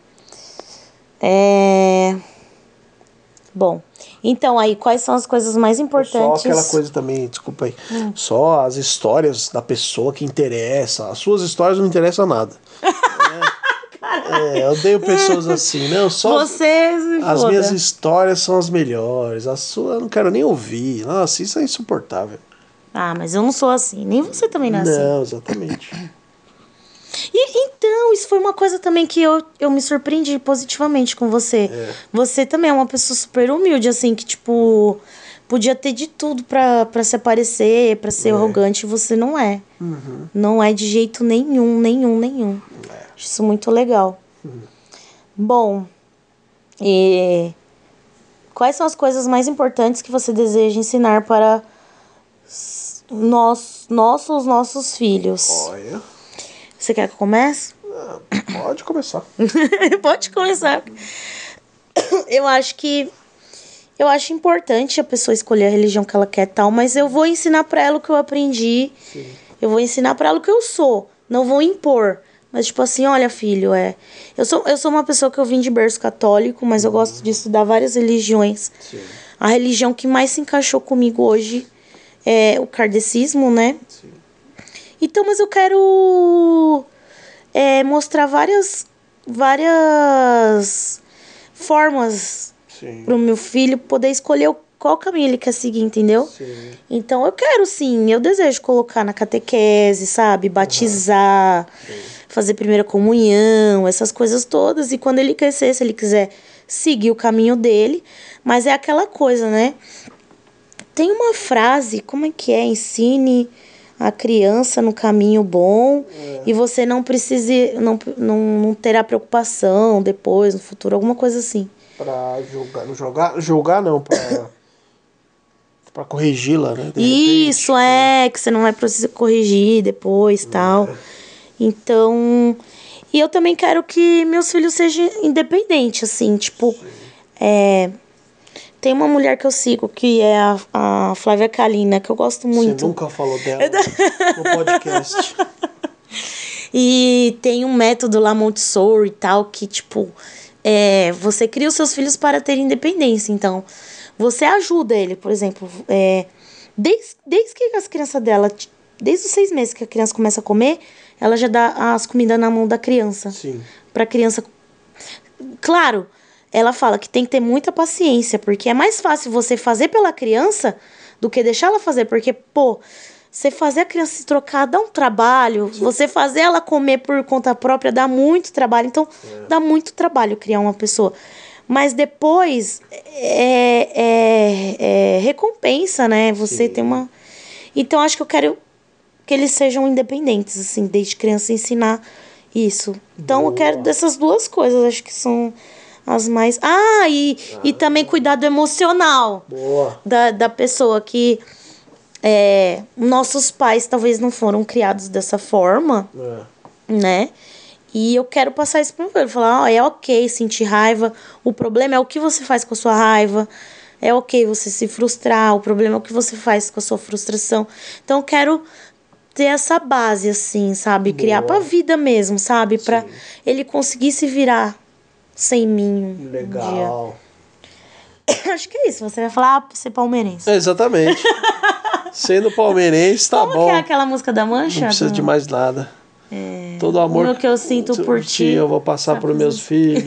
É. É. Bom, então aí, quais são as coisas mais Só importantes? aquela coisa também, desculpa aí. Hum. Só as histórias da pessoa que interessa. As suas histórias não interessam nada. É, eu odeio pessoas assim. Não, só Você se as foda. minhas histórias são as melhores. A sua eu não quero nem ouvir. Nossa, isso é insuportável. Ah, mas eu não sou assim. Nem você também não é assim. Não, exatamente. E então, isso foi uma coisa também que eu, eu me surpreendi positivamente com você. É. Você também é uma pessoa super humilde, assim, que, tipo, podia ter de tudo pra, pra se aparecer, pra ser É. arrogante, e você não é. Uhum. Não é de jeito nenhum, nenhum, nenhum. É. Acho isso muito legal. Bom, e quais são as coisas mais importantes que você deseja ensinar para s- nós, nossos, nossos filhos? Olha. Você quer que eu comece? Pode começar. Pode começar. Eu acho que... Eu acho importante a pessoa escolher a religião que ela quer tal, mas eu vou ensinar pra ela o que eu aprendi. Sim. Eu vou ensinar pra ela o que eu sou. Não vou impor. Mas, tipo assim, olha, filho, é... Eu sou, eu sou uma pessoa que eu vim de berço católico, mas uhum. eu gosto de estudar várias religiões. Sim. A religião que mais se encaixou comigo hoje é o kardecismo, né? Sim. Então, mas eu quero é, mostrar várias, várias formas... Sim. Pro meu filho poder escolher qual caminho ele quer seguir, entendeu? Sim. Então eu quero sim, eu desejo colocar na catequese, sabe? Batizar, uhum. fazer primeira comunhão, essas coisas todas. E quando ele crescer, se ele quiser seguir o caminho dele. Mas é aquela coisa, né? Tem uma frase, como é que é? Ensine a criança no caminho bom é. e você não precise, não, não, não terá preocupação depois, no futuro, alguma coisa assim. Pra julgar, julgar, julgar não, pra, pra corrigi-la, né? Isso, repente, é, né? Que você não vai precisar corrigir depois e é. tal. Então, e eu também quero que meus filhos sejam independentes, assim, tipo, Sim. é... Tem uma mulher que eu sigo, que é a, a Flávia Kalina, que eu gosto muito. Você nunca falou dela no podcast. E tem um método lá Montessori e tal, que, tipo... É, você cria os seus filhos para ter independência. Então, você ajuda ele, por exemplo, é, desde, desde que as crianças dela, desde os seis meses que a criança começa a comer, ela já dá as comidas na mão da criança. Sim. Pra criança. Claro, ela fala que tem que ter muita paciência, porque é mais fácil você fazer pela criança do que deixar ela fazer, porque, pô, você fazer a criança se trocar dá um trabalho. Sim. Você fazer ela comer por conta própria dá muito trabalho. Então, é. dá muito trabalho criar uma pessoa. Mas depois, é, é, é recompensa, né? Você Sim. tem uma... Então, acho que eu quero que eles sejam independentes, assim, desde criança ensinar isso. Então, Boa. eu quero dessas duas coisas. Acho que são as mais... Ah, e, ah. e também cuidado emocional Boa. Da, da pessoa que... É, nossos pais talvez não foram criados dessa forma, é. né? E eu quero passar isso pro meu filho. Falar, ó, oh, é ok sentir raiva. O problema é o que você faz com a sua raiva. É ok você se frustrar. O problema é o que você faz com a sua frustração. Então eu quero ter essa base, assim, sabe? Boa. Criar pra vida mesmo, sabe? Sim. Pra ele conseguir se virar sem mim. Legal. Um dia. Acho que é isso. Você vai falar, ah, ser palmeirense. É, exatamente. Sendo palmeirense, tá Como bom. Como que é aquela música da Mancha? Não precisa do... de mais nada. É... Todo o amor o que eu sinto tu, por ti, eu vou passar para os meus filhos.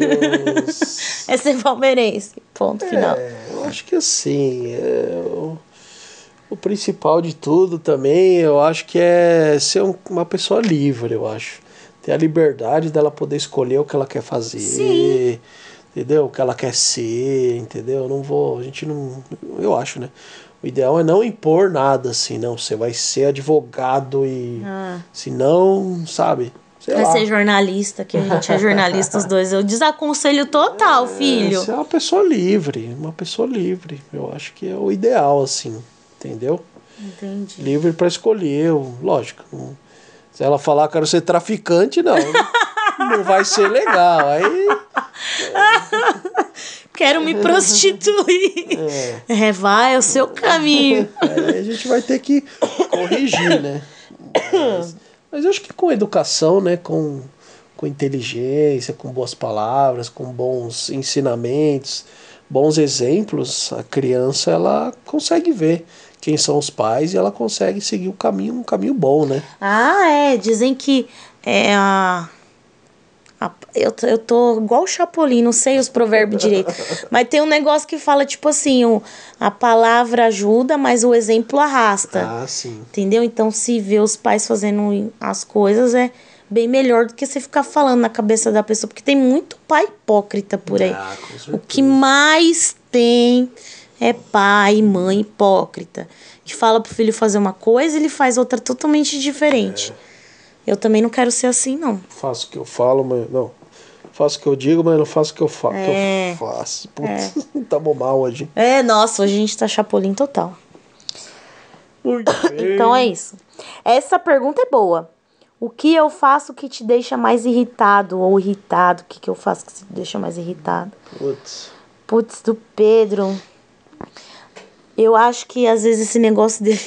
É ser palmeirense. Ponto é, final. Eu acho que assim, é, o, o principal de tudo também, eu acho que é ser um, uma pessoa livre, eu acho. Ter a liberdade dela poder escolher o que ela quer fazer. Sim. Entendeu? O que ela quer ser, entendeu? Eu não vou, a gente não, eu acho, né? O ideal é não impor nada, assim, não. Você vai ser advogado e... Ah. Se não, sabe? Sei vai lá. ser jornalista, que a gente é jornalista os dois. Eu desaconselho total, é, filho. Você é uma pessoa livre. Uma pessoa livre. Eu acho que é o ideal, assim. Entendeu? Entendi. Livre pra escolher. Lógico. Se ela falar que quero ser traficante, não. Não vai ser legal. Aí... Quero me prostituir. É. é, vai, é o seu caminho. Aí a gente vai ter que corrigir, né? Mas, mas eu acho que com educação, né? Com, com inteligência, com boas palavras, com bons ensinamentos, bons exemplos, a criança, ela consegue ver quem são os pais e ela consegue seguir o caminho, um caminho bom, né? Ah, é. Dizem que é a... Eu, eu tô igual o Chapolin, não sei os provérbios direito. Mas tem um negócio que fala, tipo assim, o, a palavra ajuda, mas o exemplo arrasta. Ah, sim. Entendeu? Então, se ver os pais fazendo as coisas é bem melhor do que você ficar falando na cabeça da pessoa. Porque tem muito pai hipócrita por aí. Ah, com certeza. O que mais tem é pai e mãe hipócrita. Que fala pro filho fazer uma coisa e ele faz outra totalmente diferente. É. Eu também não quero ser assim, não. Faço o que eu falo, mas... Não. Faço o que eu digo, mas não faço o que eu, fa- é. que eu faço. Putz, é. Tamo mal hoje. É, nossa, hoje a gente tá chapolim total. Muito bem. Então é isso. Essa pergunta é boa. O que eu faço que te deixa mais irritado ou irritado? O que, que eu faço que te deixa mais irritado? Putz. Putz, do Pedro. Eu acho que às vezes esse negócio dele...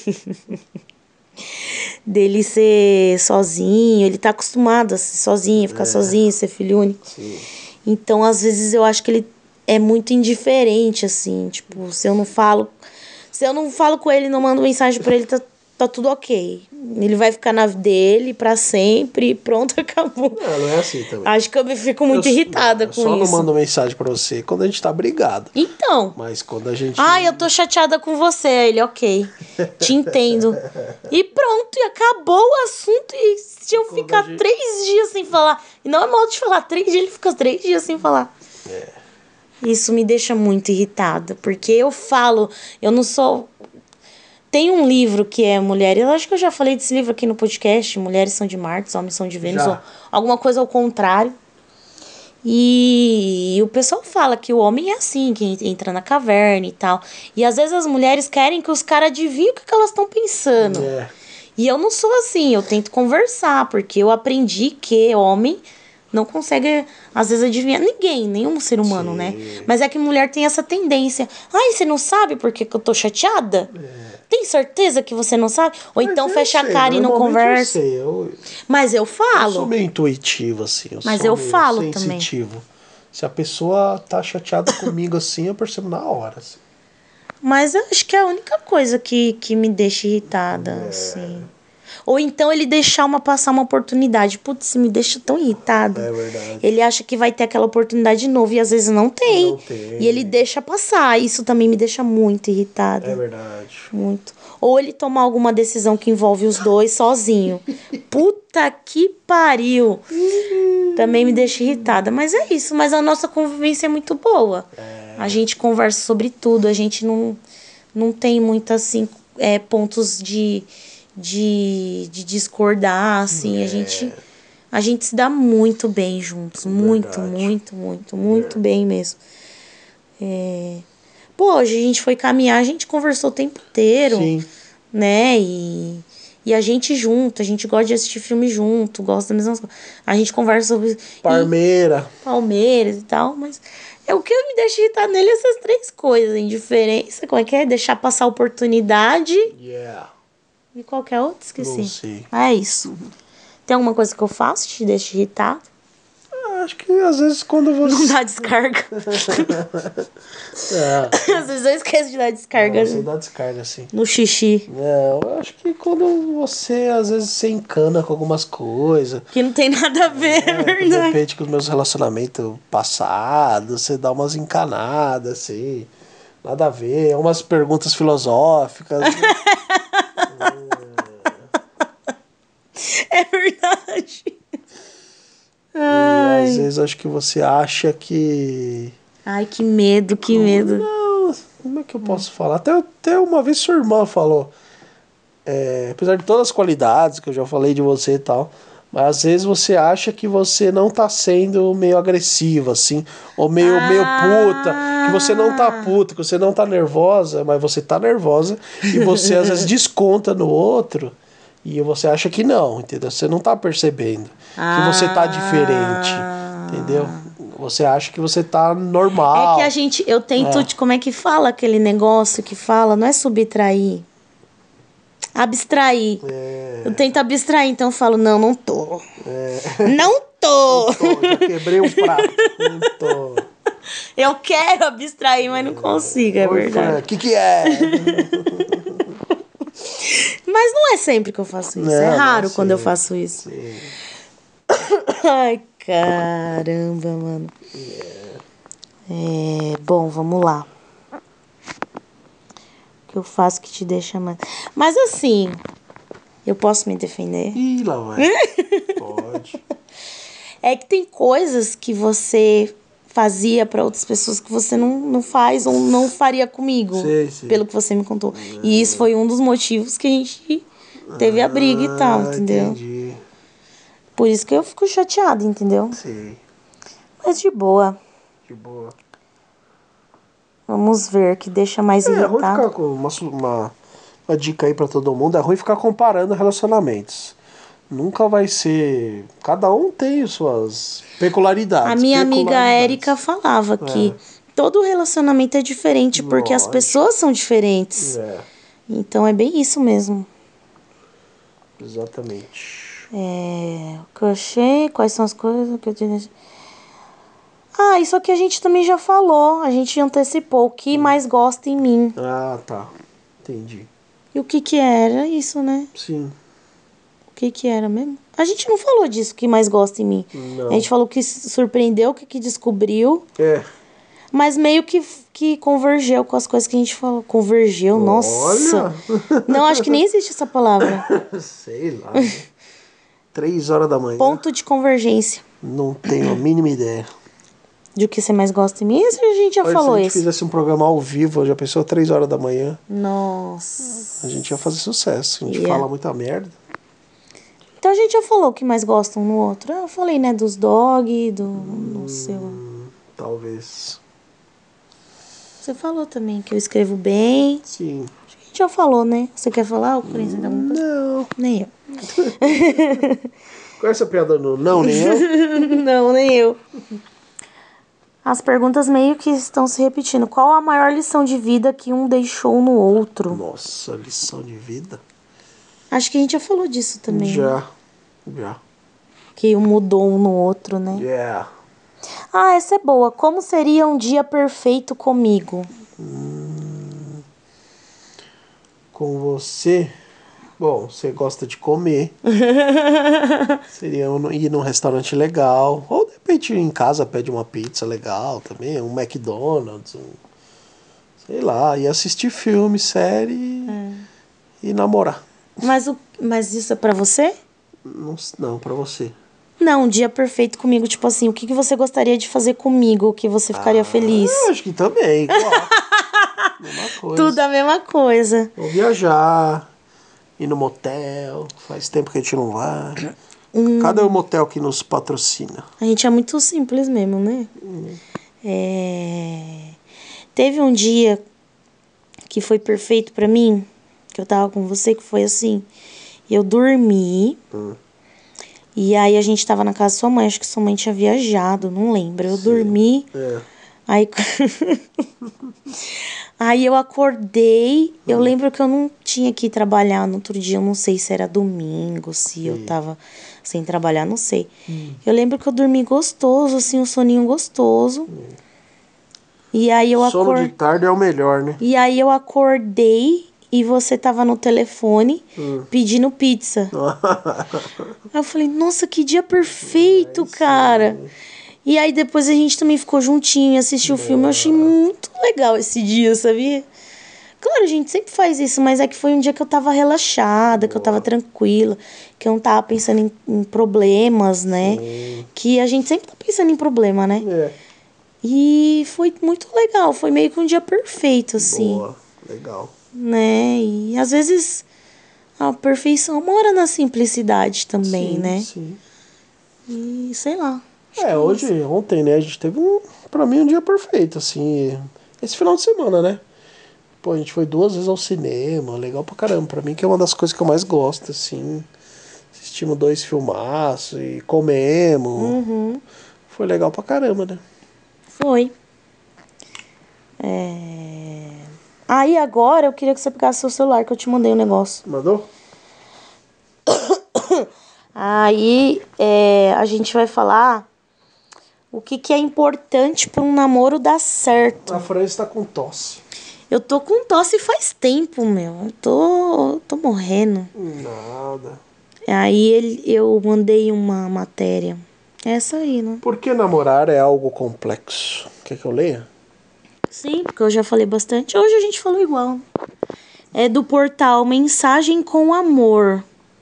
dele ser sozinho, ele tá acostumado a ser sozinho, ficar é. sozinho, ser filho único. Sim. Então, às vezes, eu acho que ele é muito indiferente, assim, tipo, se eu não falo, se eu não falo com ele, não mando mensagem pra ele, tá, tá tudo ok. Ele vai ficar na dele pra sempre, pronto, acabou. Não, não é assim também. Acho que eu me fico muito eu, irritada não, com isso. Eu só isso. não mando mensagem pra você quando a gente tá brigado. Então. Mas quando a gente... Ah, eu tô chateada com você. Aí ele, ok, te entendo. E pronto, e acabou o assunto. E se eu quando ficar gente... três dias sem falar... E não é mal de falar, três dias ele fica três dias sem falar. É. Isso me deixa muito irritada. Porque eu falo, eu não sou... Tem um livro que é Mulheres... Eu acho que eu já falei desse livro aqui no podcast. Mulheres são de Marte, Homens são de Vênus. Já. Ou alguma coisa ao contrário. E, e o pessoal fala que o homem é assim, que entra na caverna e tal. E às vezes as mulheres querem que os caras adivinhem o que, que elas estão pensando. É. E eu não sou assim, eu tento conversar, porque eu aprendi que homem não consegue, às vezes, adivinhar ninguém, nenhum ser humano, Sim. né? Mas é que mulher tem essa tendência. Ai, você não sabe por que, que eu tô chateada? É. Tem certeza que você não sabe? Ou Mas então fecha sei, a cara e não conversa. Eu sei, eu... Mas eu falo. Eu sou meio intuitivo, assim. Eu Mas sou eu meio falo sensitivo. também. Se a pessoa tá chateada comigo assim, eu percebo na hora. Assim. Mas eu acho que é a única coisa que, que me deixa irritada, é. assim. Ou então ele deixar uma, passar uma oportunidade. Putz, me deixa tão irritada. É verdade. Ele acha que vai ter aquela oportunidade de novo e às vezes não tem. Não tem. E ele deixa passar. Isso também me deixa muito irritada. É verdade. Muito. Ou ele tomar alguma decisão que envolve os dois sozinho. Puta que pariu. Também me deixa irritada. Mas é isso. Mas a nossa convivência é muito boa. É. A gente conversa sobre tudo. A gente não, não tem muito, assim, é, pontos de... De, de discordar, assim, é. a gente a gente se dá muito bem juntos, Verdade. muito, muito, muito, muito é. bem mesmo. É... Pô, hoje a gente foi caminhar, a gente conversou o tempo inteiro, Sim. né, e, e a gente junto, a gente gosta de assistir filme junto, gosta das mesmas coisas, a gente conversa sobre... Palmeira. E, Palmeiras e tal, mas... É o que me deixa irritar nele, essas três coisas, indiferença, como é que é? Deixar passar a oportunidade... Yeah. E qualquer outro? Esqueci. Não sei. Ah, é isso. Tem alguma coisa que eu faço que te deixa irritado? Ah, acho que às vezes quando você... Não dá descarga. é. Às vezes eu esqueço de dar descarga. Não, você dá descarga, sim. No xixi. É, eu acho que quando você, às vezes, se encana com algumas coisas... Que não tem nada a ver, é, é verdade. De repente, com os meus relacionamentos passados, você dá umas encanadas, assim... Nada a ver, umas perguntas filosóficas... É verdade. E às vezes acho que você acha que... Ai, que medo, que medo. Não, como é que eu posso falar? Até, até uma vez sua irmã falou. É, apesar de todas as qualidades que eu já falei de você e tal, mas às vezes você acha que você não tá sendo meio agressiva, assim, ou meio, ah. meio puta, que você não tá puta, que você não tá nervosa, mas você tá nervosa, e você às vezes desconta no outro... E você acha que não, entendeu? Você não tá percebendo ah. que você tá diferente, entendeu? Você acha que você tá normal. É que a gente, eu tento, é. de, como é que fala aquele negócio que fala? Não é subtrair. Abstrair. É. Eu tento abstrair, então eu falo, não, não tô. É. Não tô. Não tô, já quebrei um prato. Não tô. Eu quero abstrair, mas não consigo, é Oi, verdade. O que que é? Mas não é sempre que eu faço isso. Não, é raro quando eu faço isso. Sim. Ai, caramba, mano. Yeah. É, bom, vamos lá. O que eu faço que te deixa mais... Mas assim, eu posso me defender? Ih, lá vai. Pode. É que tem coisas que você fazia para outras pessoas que você não, não faz ou não faria comigo, sei, sei. Pelo que você me contou. Ah. E isso foi um dos motivos que a gente teve a briga e tal, entendeu? Entendi. Por isso que eu fico chateada, entendeu? Sim. Mas de boa. De boa. Vamos ver, que deixa mais é, irritado. É ruim ficar com uma, uma, uma dica aí pra todo mundo. É ruim ficar comparando relacionamentos. Nunca vai ser... Cada um tem suas peculiaridades. A minha amiga peculiaridades. Érica falava É. que todo relacionamento é diferente porque as Lógico. pessoas são diferentes. É, Então é bem isso mesmo. exatamente. É, crochê, quais são as coisas que eu tinha... Ah, isso aqui a gente também já falou. A gente antecipou. O que mais gosta em mim. Ah, tá. Entendi. E o que que era isso, né? Sim. O que que era mesmo? A gente não falou disso, o que mais gosta em mim. Não. A gente falou que surpreendeu, o que que descobriu. É. Mas meio que, que convergeu com as coisas que a gente falou. Convergeu, nossa. Olha. Não, acho que nem existe essa palavra. Sei lá. Né? Três horas da manhã. Ponto de convergência. Não tenho a mínima ideia. De o que você mais gosta em mim? Esse a gente já Olha, falou se a gente esse. fizesse um programa ao vivo, já pensou três horas da manhã, Nossa. a gente ia fazer sucesso. A gente Yeah. fala muita merda. Então a gente já falou o que mais gosta um no outro. Eu falei, né, dos dog, do, do seu... Hum, talvez. Você falou também que eu escrevo bem. Sim. Acho que a gente já falou, né? Você quer falar ou acrescentar alguma coisa? Não. Nem eu. Qual é essa piada no não, nem eu? Não, nem eu. As perguntas meio que estão se repetindo. Qual a maior lição de vida que um deixou no outro? Nossa, lição de vida? Acho que a gente já falou disso também. Já. Já. Que um mudou um no outro, né? Yeah. Ah, essa é boa. Como seria um dia perfeito comigo? Hum, com você... Bom, você gosta de comer. Seria um- ir num restaurante legal. Ou de repente em casa pede uma pizza legal também. Um McDonald's. Um, sei lá. E assistir filme, série. E namorar. Mas, o, mas isso é pra você? Não, s- não, pra você. Não, um dia perfeito comigo. Tipo assim, o que, que você gostaria de fazer comigo que você ficaria feliz? Eu acho que também, igual. Mesma coisa. Tudo a mesma coisa. Ou viajar, ir no motel. Faz tempo que a gente não vai. Cadê o motel que nos patrocina? A gente é muito simples mesmo, né? É... Teve um dia que foi perfeito pra mim, que eu tava com você, que foi assim. Eu dormi, Hum. e aí a gente tava na casa da sua mãe, acho que sua mãe tinha viajado, não lembro. Eu dormi, É. aí... aí eu acordei, eu lembro que eu não tinha que ir trabalhar no outro dia, eu não sei se era domingo, se eu tava sem trabalhar, não sei. Eu lembro que eu dormi gostoso, assim, um soninho gostoso. E aí eu Sono acordei. de tarde é o melhor, né? E aí eu acordei e você tava no telefone Hum. pedindo pizza. Aí eu falei, nossa, que dia perfeito, cara. E aí depois a gente também ficou juntinho e assistiu o filme. Eu achei muito legal esse dia, sabia? Claro, a gente sempre faz isso, mas é que foi um dia que eu tava relaxada, que eu tava tranquila, que eu não tava pensando em, em problemas, né? Que a gente sempre tá pensando em problema, né? É. E foi muito legal, foi meio que um dia perfeito, assim. Boa, legal. Né? E às vezes a perfeição mora na simplicidade também, Sim, né? sim. E sei lá. É, hoje, ontem, né, a gente teve um, pra mim, um dia perfeito, assim, esse final de semana, né? Pô, a gente foi duas vezes ao cinema, legal pra caramba. Pra mim, que é uma das coisas que eu mais gosto, assim. Assistimos dois filmaços e comemos. Uhum. Foi legal pra caramba, né? Foi. É... Aí agora eu queria que você pegasse seu celular, que eu te mandei um negócio. Mandou? Aí é, a gente vai falar o que, que é importante para um namoro dar certo. A Fran está com tosse. Eu tô com tosse faz tempo, meu. Eu tô, tô morrendo. Nada. Aí ele, eu mandei uma matéria. Essa aí, né? Por que namorar é algo complexo? Quer que eu leia? Sim, porque eu já falei bastante. Hoje a gente falou igual. É do portal Mensagem com Amor.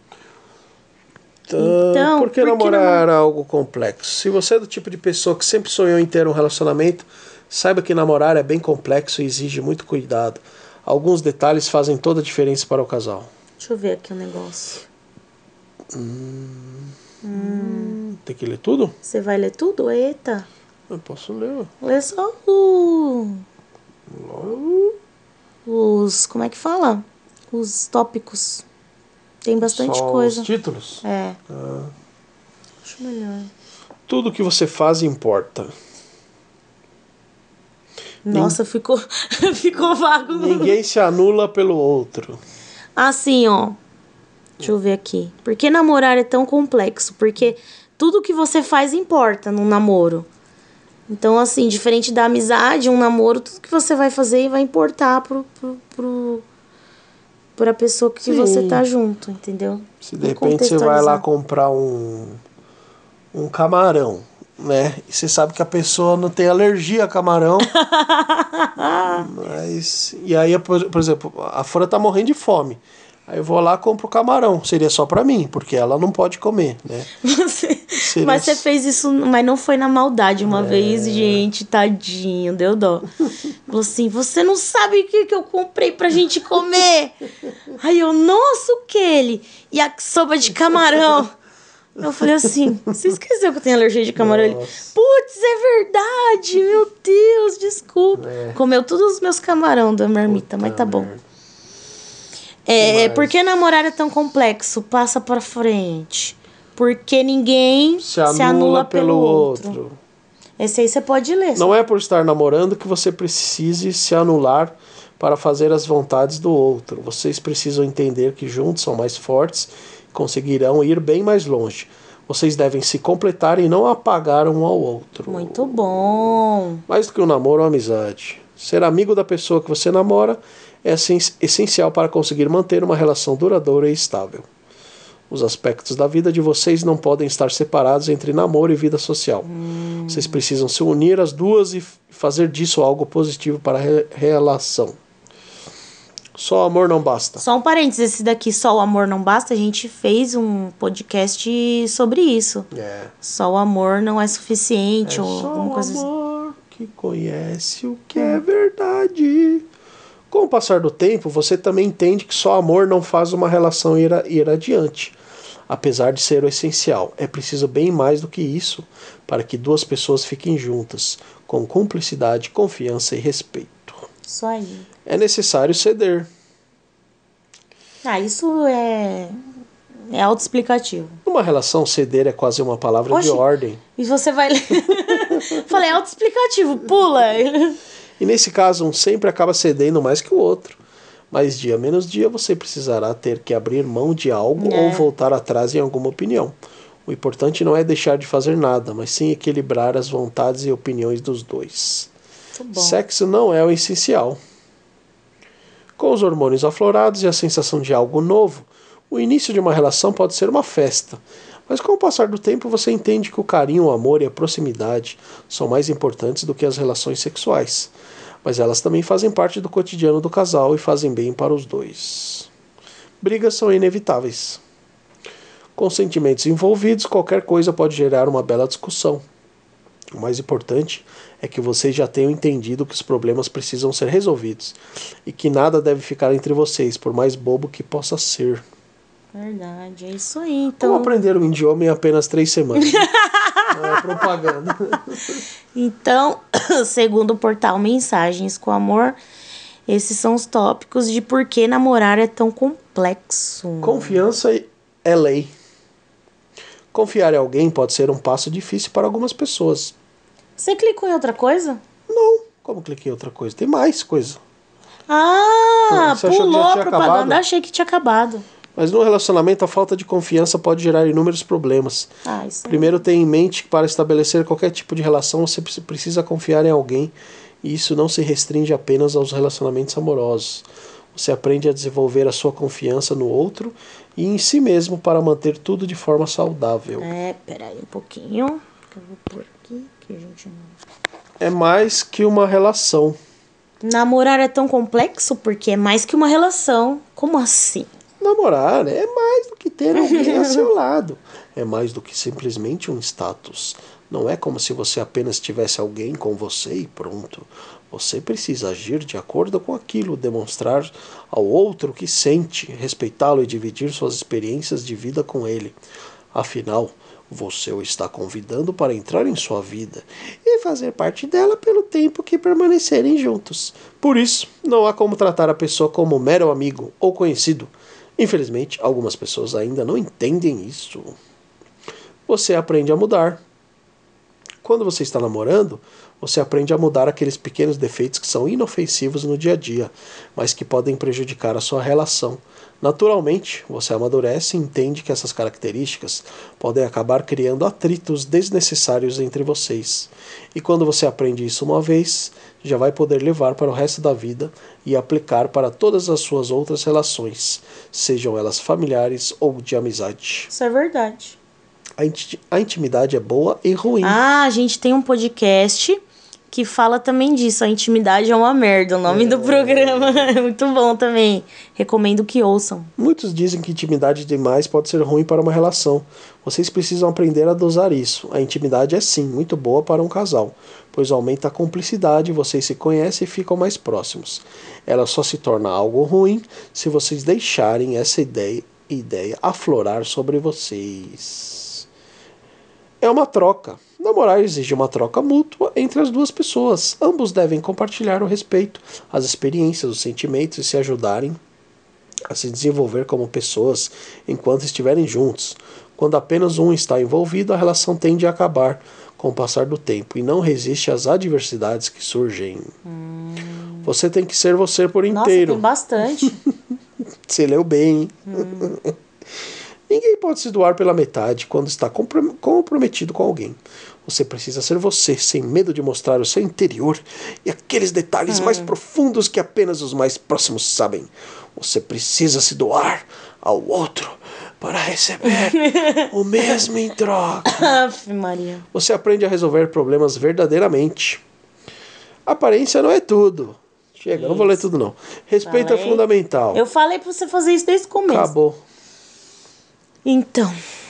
Então, por que por que namorar é algo complexo? Se você é do tipo de pessoa que sempre sonhou em ter um relacionamento, saiba que namorar é bem complexo e exige muito cuidado. Alguns detalhes fazem toda a diferença para o casal. Deixa eu ver aqui o negócio. Hum, hum. Tem que ler tudo? Você vai ler tudo? Eita. Eu posso ler. Lê só o... os... Como é que fala? Os tópicos. Tem bastante Só coisa. os títulos? É. Ah. Acho melhor. Tudo que você faz importa. Nossa, ficou, ficou vago. Ninguém se anula pelo outro. Assim, ó. Deixa eu ver aqui. Por que namorar é tão complexo? Porque tudo que você faz importa num namoro. Então, assim, diferente da amizade, um namoro, tudo que você vai fazer vai importar pro, pro, pro, pra pessoa que Sim. você tá junto, entendeu? Se de repente você vai lá comprar um, um camarão, né? E você sabe que a pessoa não tem alergia a camarão. Mas, e aí, por, por exemplo, a Fran tá morrendo de fome. Aí eu vou lá e compro o camarão. Seria só pra mim, porque ela não pode comer, né? Você... Seria... Mas você fez isso, mas não foi na maldade uma é... vez, gente, tadinho, deu dó. Falou assim, você não sabe o que, que eu comprei pra gente comer? Aí eu, nossa, o que ele? E a sopa de camarão. Eu falei assim, você esqueceu que eu tenho alergia de camarão? Ele, putz, é verdade, meu Deus, desculpa. É. Comeu todos os meus camarão da marmita, Puta mas tá bom. Merda. É, por que namorar é tão complexo? Passa pra frente. Porque ninguém se anula, se anula pelo, pelo outro. outro. Esse aí você pode ler. Não só. É por estar namorando que você precise se anular para fazer as vontades do outro. Vocês precisam entender que juntos são mais fortes e conseguirão ir bem mais longe. Vocês devem se completar e não apagar um ao outro. Muito bom. Mais do que um namoro ou amizade. Ser amigo da pessoa que você namora é essencial para conseguir manter uma relação duradoura e estável. Os aspectos da vida de vocês não podem estar separados entre namoro e vida social. Hum. Vocês precisam se unir as duas e fazer disso algo positivo para a re- relação. Só o amor não basta. Só um parênteses, esse daqui, Só o Amor Não Basta, a gente fez um podcast sobre isso. É. Só o amor não é suficiente. É ou só alguma o coisa amor assim. Que conhece o que hum. é verdade. Com o passar do tempo, você também entende que só amor não faz uma relação ir, a, ir adiante. Apesar de ser o essencial, é preciso bem mais do que isso para que duas pessoas fiquem juntas, com cumplicidade, confiança e respeito. Isso aí. É necessário ceder. Ah, isso é, é autoexplicativo. Numa relação, ceder é quase uma palavra Oxi, de ordem. E você vai... Falei, é autoexplicativo, pula. E nesse caso, um sempre acaba cedendo mais que o outro. Mas dia menos dia você precisará ter que abrir mão de algo é. ou voltar atrás em alguma opinião. O importante não é deixar de fazer nada, mas sim equilibrar as vontades e opiniões dos dois. Sexo não é o essencial. Com os hormônios aflorados e a sensação de algo novo, o início de uma relação pode ser uma festa. Mas com o passar do tempo você entende que o carinho, o amor e a proximidade são mais importantes do que as relações sexuais. Mas elas também fazem parte do cotidiano do casal e fazem bem para os dois. Brigas são inevitáveis. Com sentimentos envolvidos, qualquer coisa pode gerar uma bela discussão. O mais importante é que vocês já tenham entendido que os problemas precisam ser resolvidos e que nada deve ficar entre vocês, por mais bobo que possa ser. Verdade, é isso aí. Então... Como aprender um idioma em apenas três semanas? É propaganda. Então, segundo o portal Mensagens com Amor, esses são os tópicos de por que namorar é tão complexo. Confiança é lei. Confiar em alguém pode ser um passo difícil para algumas pessoas. Você clicou em outra coisa? Não. Como cliquei em outra coisa? Tem mais coisa. Ah, Você pulou achou que já tinha a propaganda. acabado? Achei que tinha acabado. Mas no relacionamento, a falta de confiança pode gerar inúmeros problemas. Ah, isso Primeiro, tenha em mente que para estabelecer qualquer tipo de relação, você precisa confiar em alguém. E isso não se restringe apenas aos relacionamentos amorosos. Você aprende a desenvolver a sua confiança no outro e em si mesmo para manter tudo de forma saudável. É, peraí um pouquinho. Que eu vou pôr aqui, que a gente não... É mais que uma relação. Namorar é tão complexo porque é mais que uma relação. Como assim? Namorar é mais do que ter alguém a seu lado. É mais do que simplesmente um status. Não é como se você apenas tivesse alguém com você e pronto. Você precisa agir de acordo com aquilo, demonstrar ao outro o que sente, respeitá-lo e dividir suas experiências de vida com ele. Afinal, você o está convidando para entrar em sua vida e fazer parte dela pelo tempo que permanecerem juntos. Por isso, não há como tratar a pessoa como mero amigo ou conhecido. Infelizmente, algumas pessoas ainda não entendem isso. Você aprende a mudar. Quando você está namorando, você aprende a mudar aqueles pequenos defeitos que são inofensivos no dia a dia, mas que podem prejudicar a sua relação. Naturalmente, você amadurece e entende que essas características podem acabar criando atritos desnecessários entre vocês. E quando você aprende isso uma vez, já vai poder levar para o resto da vida e aplicar para todas as suas outras relações, sejam elas familiares ou de amizade. Isso é verdade. A, inti- a intimidade é boa e ruim. Ah, a gente tem um podcast que fala também disso. A intimidade é uma merda, o nome é. do programa. É muito bom também. Recomendo que ouçam. Muitos dizem que intimidade demais pode ser ruim para uma relação. Vocês precisam aprender a dosar isso. A intimidade é sim muito boa para um casal, pois aumenta a cumplicidade, vocês se conhecem e ficam mais próximos. Ela só se torna algo ruim se vocês deixarem essa ideia, ideia aflorar sobre vocês. É uma troca. Namorar exige uma troca mútua entre as duas pessoas. Ambos devem compartilhar o respeito, as experiências, os sentimentos e se ajudarem a se desenvolver como pessoas enquanto estiverem juntos. Quando apenas um está envolvido, a relação tende a acabar com o passar do tempo e não resiste às adversidades que surgem. Hum. Você tem que ser você por inteiro. Nossa, tem bastante. Você leu bem. Hum. Ninguém pode se doar pela metade quando está comprometido com alguém. Você precisa ser você, sem medo de mostrar o seu interior e aqueles detalhes hum. mais profundos que apenas os mais próximos sabem. Você precisa se doar ao outro para receber o mesmo em troca. Aff, Maria. Você aprende a resolver problemas verdadeiramente. Aparência não é tudo. Chega, isso. Não vou ler tudo não. Respeito falei. É fundamental. Eu falei para você fazer isso desde o começo. Acabou. Então,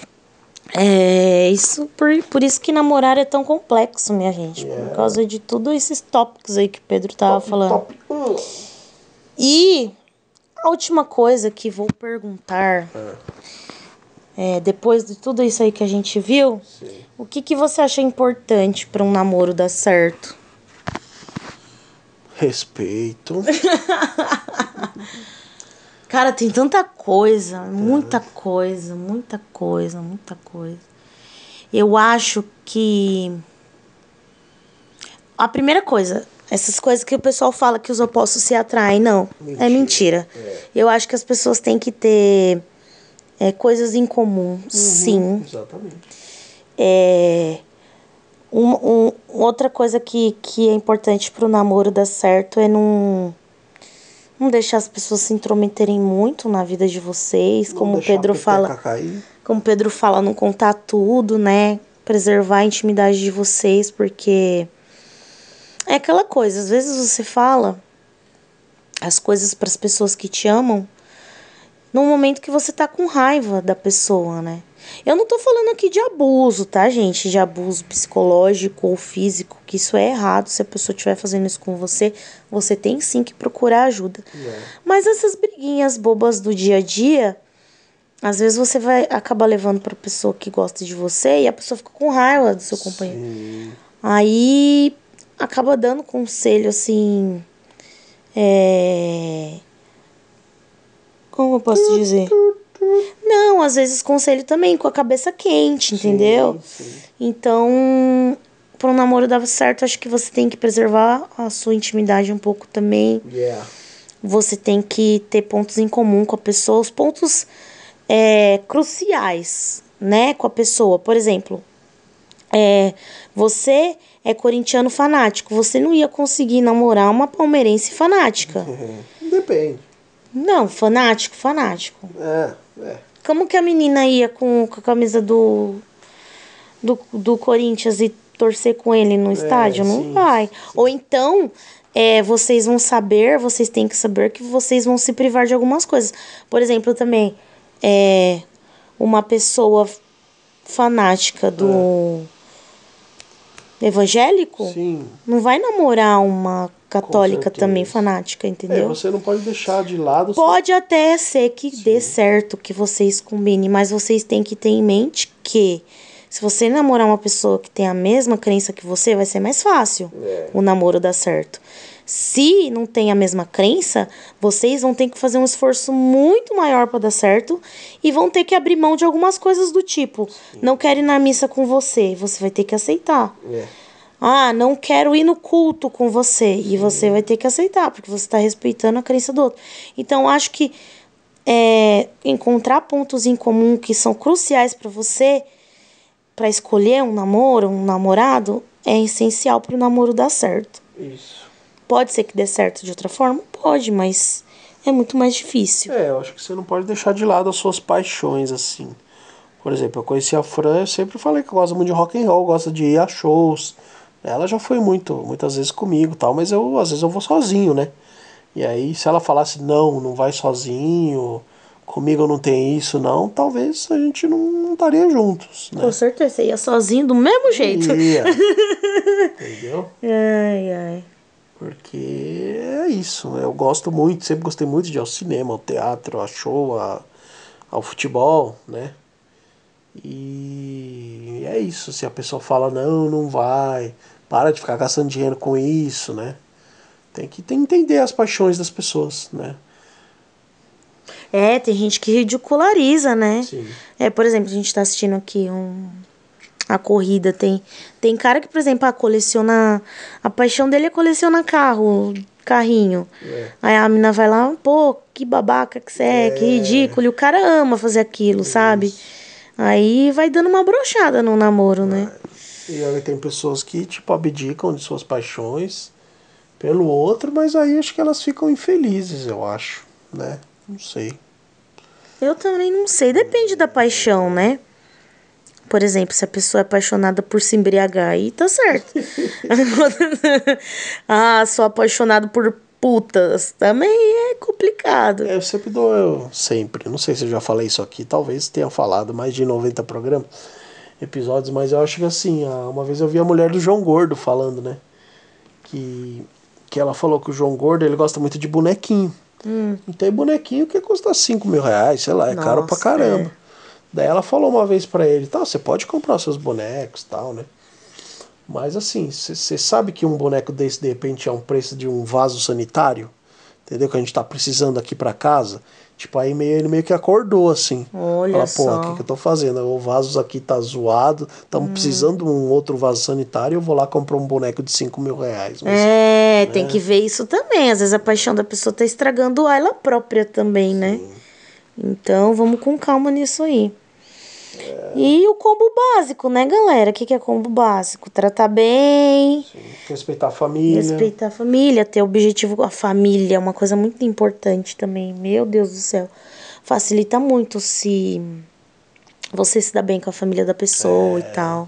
é isso por, por isso que namorar é tão complexo, minha gente. Yeah. Por causa de todos esses tópicos aí que o Pedro tava top, falando. Top. Uh. E a última coisa que vou perguntar, é. É, depois de tudo isso aí que a gente viu, sim. O que, que você acha importante para um namoro dar certo? Respeito. Cara, tem tanta coisa, muita coisa, muita coisa, muita coisa. Eu acho que a primeira coisa, essas coisas que o pessoal fala que os opostos se atraem, não, mentira. é mentira. É. Eu acho que as pessoas têm que ter é, coisas em comum, uhum, sim. Exatamente. É, um, um, outra coisa que, que é importante pro namoro dar certo é não... Não deixar as pessoas se intrometerem muito na vida de vocês, não como o Pedro fala, cair. Como o Pedro fala, não contar tudo, né? Preservar a intimidade de vocês, porque é aquela coisa, às vezes você fala as coisas para as pessoas que te amam num momento que você tá com raiva da pessoa, né? Eu não tô falando aqui de abuso, tá, gente? De abuso psicológico ou físico, que isso é errado. Se a pessoa estiver fazendo isso com você, você tem sim que procurar ajuda. Yeah. Mas essas briguinhas bobas do dia a dia, às vezes você vai acabar levando pra pessoa que gosta de você e a pessoa fica com raiva do seu companheiro. Sim. Aí acaba dando conselho, assim... É... Como eu posso dizer? Não, às vezes conselho também com a cabeça quente, entendeu? Sim, sim. Então, para um namoro dar certo, acho que você tem que preservar a sua intimidade um pouco também. Yeah. Você tem que ter pontos em comum com a pessoa, os pontos é, cruciais, né, com a pessoa. Por exemplo, é, você é corintiano fanático, você não ia conseguir namorar uma palmeirense fanática. Depende. Não, fanático, fanático. É, é. Como que a menina ia com, com a camisa do, do, do Corinthians e torcer com ele no estádio? É, não sim, vai. Sim. Ou então, é, vocês vão saber, vocês têm que saber que vocês vão se privar de algumas coisas. Por exemplo, também, é, uma pessoa fanática do é. evangélico, sim. não vai namorar uma católica também fanática, entendeu? É, você não pode deixar de lado... Pode até ser que sim. dê certo, que vocês combinem, mas vocês têm que ter em mente que se você namorar uma pessoa que tem a mesma crença que você, vai ser mais fácil é. o namoro dar certo. Se não tem a mesma crença, vocês vão ter que fazer um esforço muito maior para dar certo e vão ter que abrir mão de algumas coisas do tipo, Sim. não quero ir na missa com você, você vai ter que aceitar. É. Ah, não quero ir no culto com você, Sim. e você vai ter que aceitar, porque você está respeitando a crença do outro. Então, acho que é, encontrar pontos em comum que são cruciais para você, para escolher um namoro, um namorado, é essencial para o namoro dar certo. Isso. Pode ser que dê certo de outra forma? Pode, mas é muito mais difícil. É, eu acho que você não pode deixar de lado as suas paixões, assim. Por exemplo, eu conheci a Fran, eu sempre falei que eu gosto muito de rock and roll, gosto de ir a shows. Ela já foi muito, muitas vezes comigo, tal, mas eu às vezes eu vou sozinho, né? E aí, se ela falasse não, não vai sozinho, comigo não tem isso, não, talvez a gente não, não estaria juntos, né? Com certeza, você ia sozinho do mesmo jeito. Ia. Entendeu? Ai, ai. Porque é isso, eu gosto muito, sempre gostei muito de ir ao cinema, ao teatro, ao show, a, ao futebol, né? E é isso, se a pessoa fala não, não vai, para de ficar gastando dinheiro com isso, né? Tem que, tem que entender as paixões das pessoas, né? É, tem gente que ridiculariza, né? Sim. É, por exemplo, a gente tá assistindo aqui um... a corrida, tem, tem cara que, por exemplo, ah, coleciona, a paixão dele é colecionar carro, carrinho. É. Aí a mina vai lá, pô, que babaca que você é, é, que ridículo, e o cara ama fazer aquilo, Isso. sabe? Aí vai dando uma brochada no namoro, é. né? E aí tem pessoas que, tipo, abdicam de suas paixões pelo outro, mas aí acho que elas ficam infelizes, eu acho, né? Não sei. Eu também não sei, depende da paixão, né? Por exemplo, se a pessoa é apaixonada por se embriagar, aí tá certo. Ah, sou apaixonado por putas, também é complicado. É, eu sempre dou, eu sempre, não sei se eu já falei isso aqui, talvez tenha falado mais de noventa programas, episódios, mas eu acho que assim, uma vez eu vi a mulher do João Gordo falando, né, que, que ela falou que o João Gordo, ele gosta muito de bonequinho. Hum. E tem bonequinho que custa cinco mil reais, sei lá, é Nossa, caro pra caramba. É. Daí ela falou uma vez pra ele, tá, você pode comprar seus bonecos e tal, né? Mas assim, você sabe que um boneco desse, de repente, é um preço de um vaso sanitário? Entendeu? Que a gente tá precisando aqui pra casa. Tipo, aí meio, ele meio que acordou, assim. Olha Fala, só. pô, o que, que eu tô fazendo? O vaso aqui tá zoado, estamos hum. precisando de um outro vaso sanitário, eu vou lá comprar um boneco de cinco mil reais. Mas, é, né? Tem que ver isso também. Às vezes a paixão da pessoa tá estragando ela própria também, Sim. né? Então, vamos com calma nisso aí. É. E o combo básico, né, galera? O que, que é combo básico? Tratar bem. Sim. Respeitar a família. Respeitar a família, ter objetivo com a família. É uma coisa muito importante também. Meu Deus do céu. Facilita muito se você se dá bem com a família da pessoa é. e tal.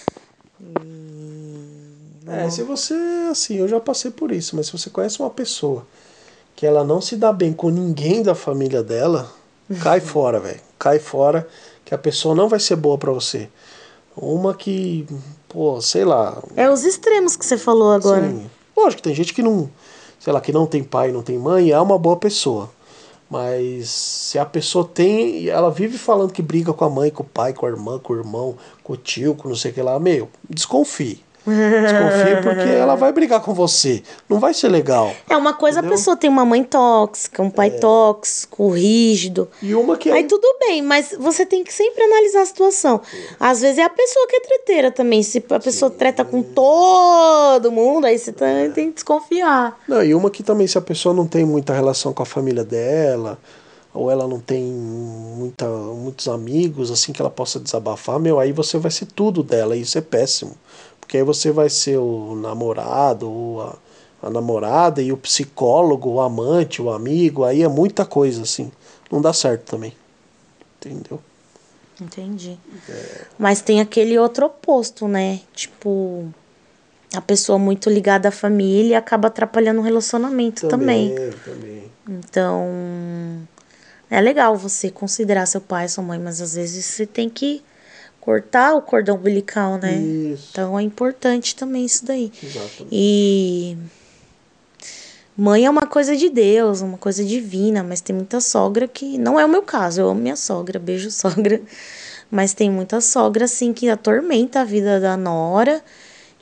E... É, se você, assim, eu já passei por isso, mas se você conhece uma pessoa que ela não se dá bem com ninguém da família dela, cai fora, velho. Cai fora. Que a pessoa não vai ser boa pra você. Uma que, pô, sei lá... É os extremos que você falou agora. Sim. Lógico, tem gente que não, sei lá, que não tem pai, não tem mãe, é uma boa pessoa. Mas se a pessoa tem... Ela vive falando que briga com a mãe, com o pai, com a irmã, com o irmão, com o tio, com não sei o que lá. Meu, desconfie. Desconfie porque ela vai brigar com você. Não vai ser legal. É uma coisa, entendeu? A pessoa tem uma mãe tóxica, um pai é. tóxico, rígido. E uma que é... Aí tudo bem, mas você tem que sempre analisar a situação. Às vezes é a pessoa que é treteira também. Se a pessoa Sim. treta com todo mundo, aí você é. tem que desconfiar. Não, e uma que também, se a pessoa não tem muita relação com a família dela, ou ela não tem muita, muitos amigos, assim, que ela possa desabafar, meu, aí você vai ser tudo dela, e isso é péssimo. Porque aí você vai ser o namorado, ou a, a namorada, e o psicólogo, o amante, o amigo, aí é muita coisa, assim. Não dá certo também. Entendeu? Entendi. É. Mas tem aquele outro oposto, né? Tipo, a pessoa muito ligada à família acaba atrapalhando o relacionamento também. Também, também. Então, é legal você considerar seu pai, sua mãe, mas às vezes você tem que cortar o cordão umbilical, né? Isso. Então é importante também isso daí. Exatamente. E mãe é uma coisa de Deus, uma coisa divina, mas tem muita sogra que... Não é o meu caso, eu amo minha sogra, beijo sogra. Mas tem muita sogra, assim, que atormenta a vida da nora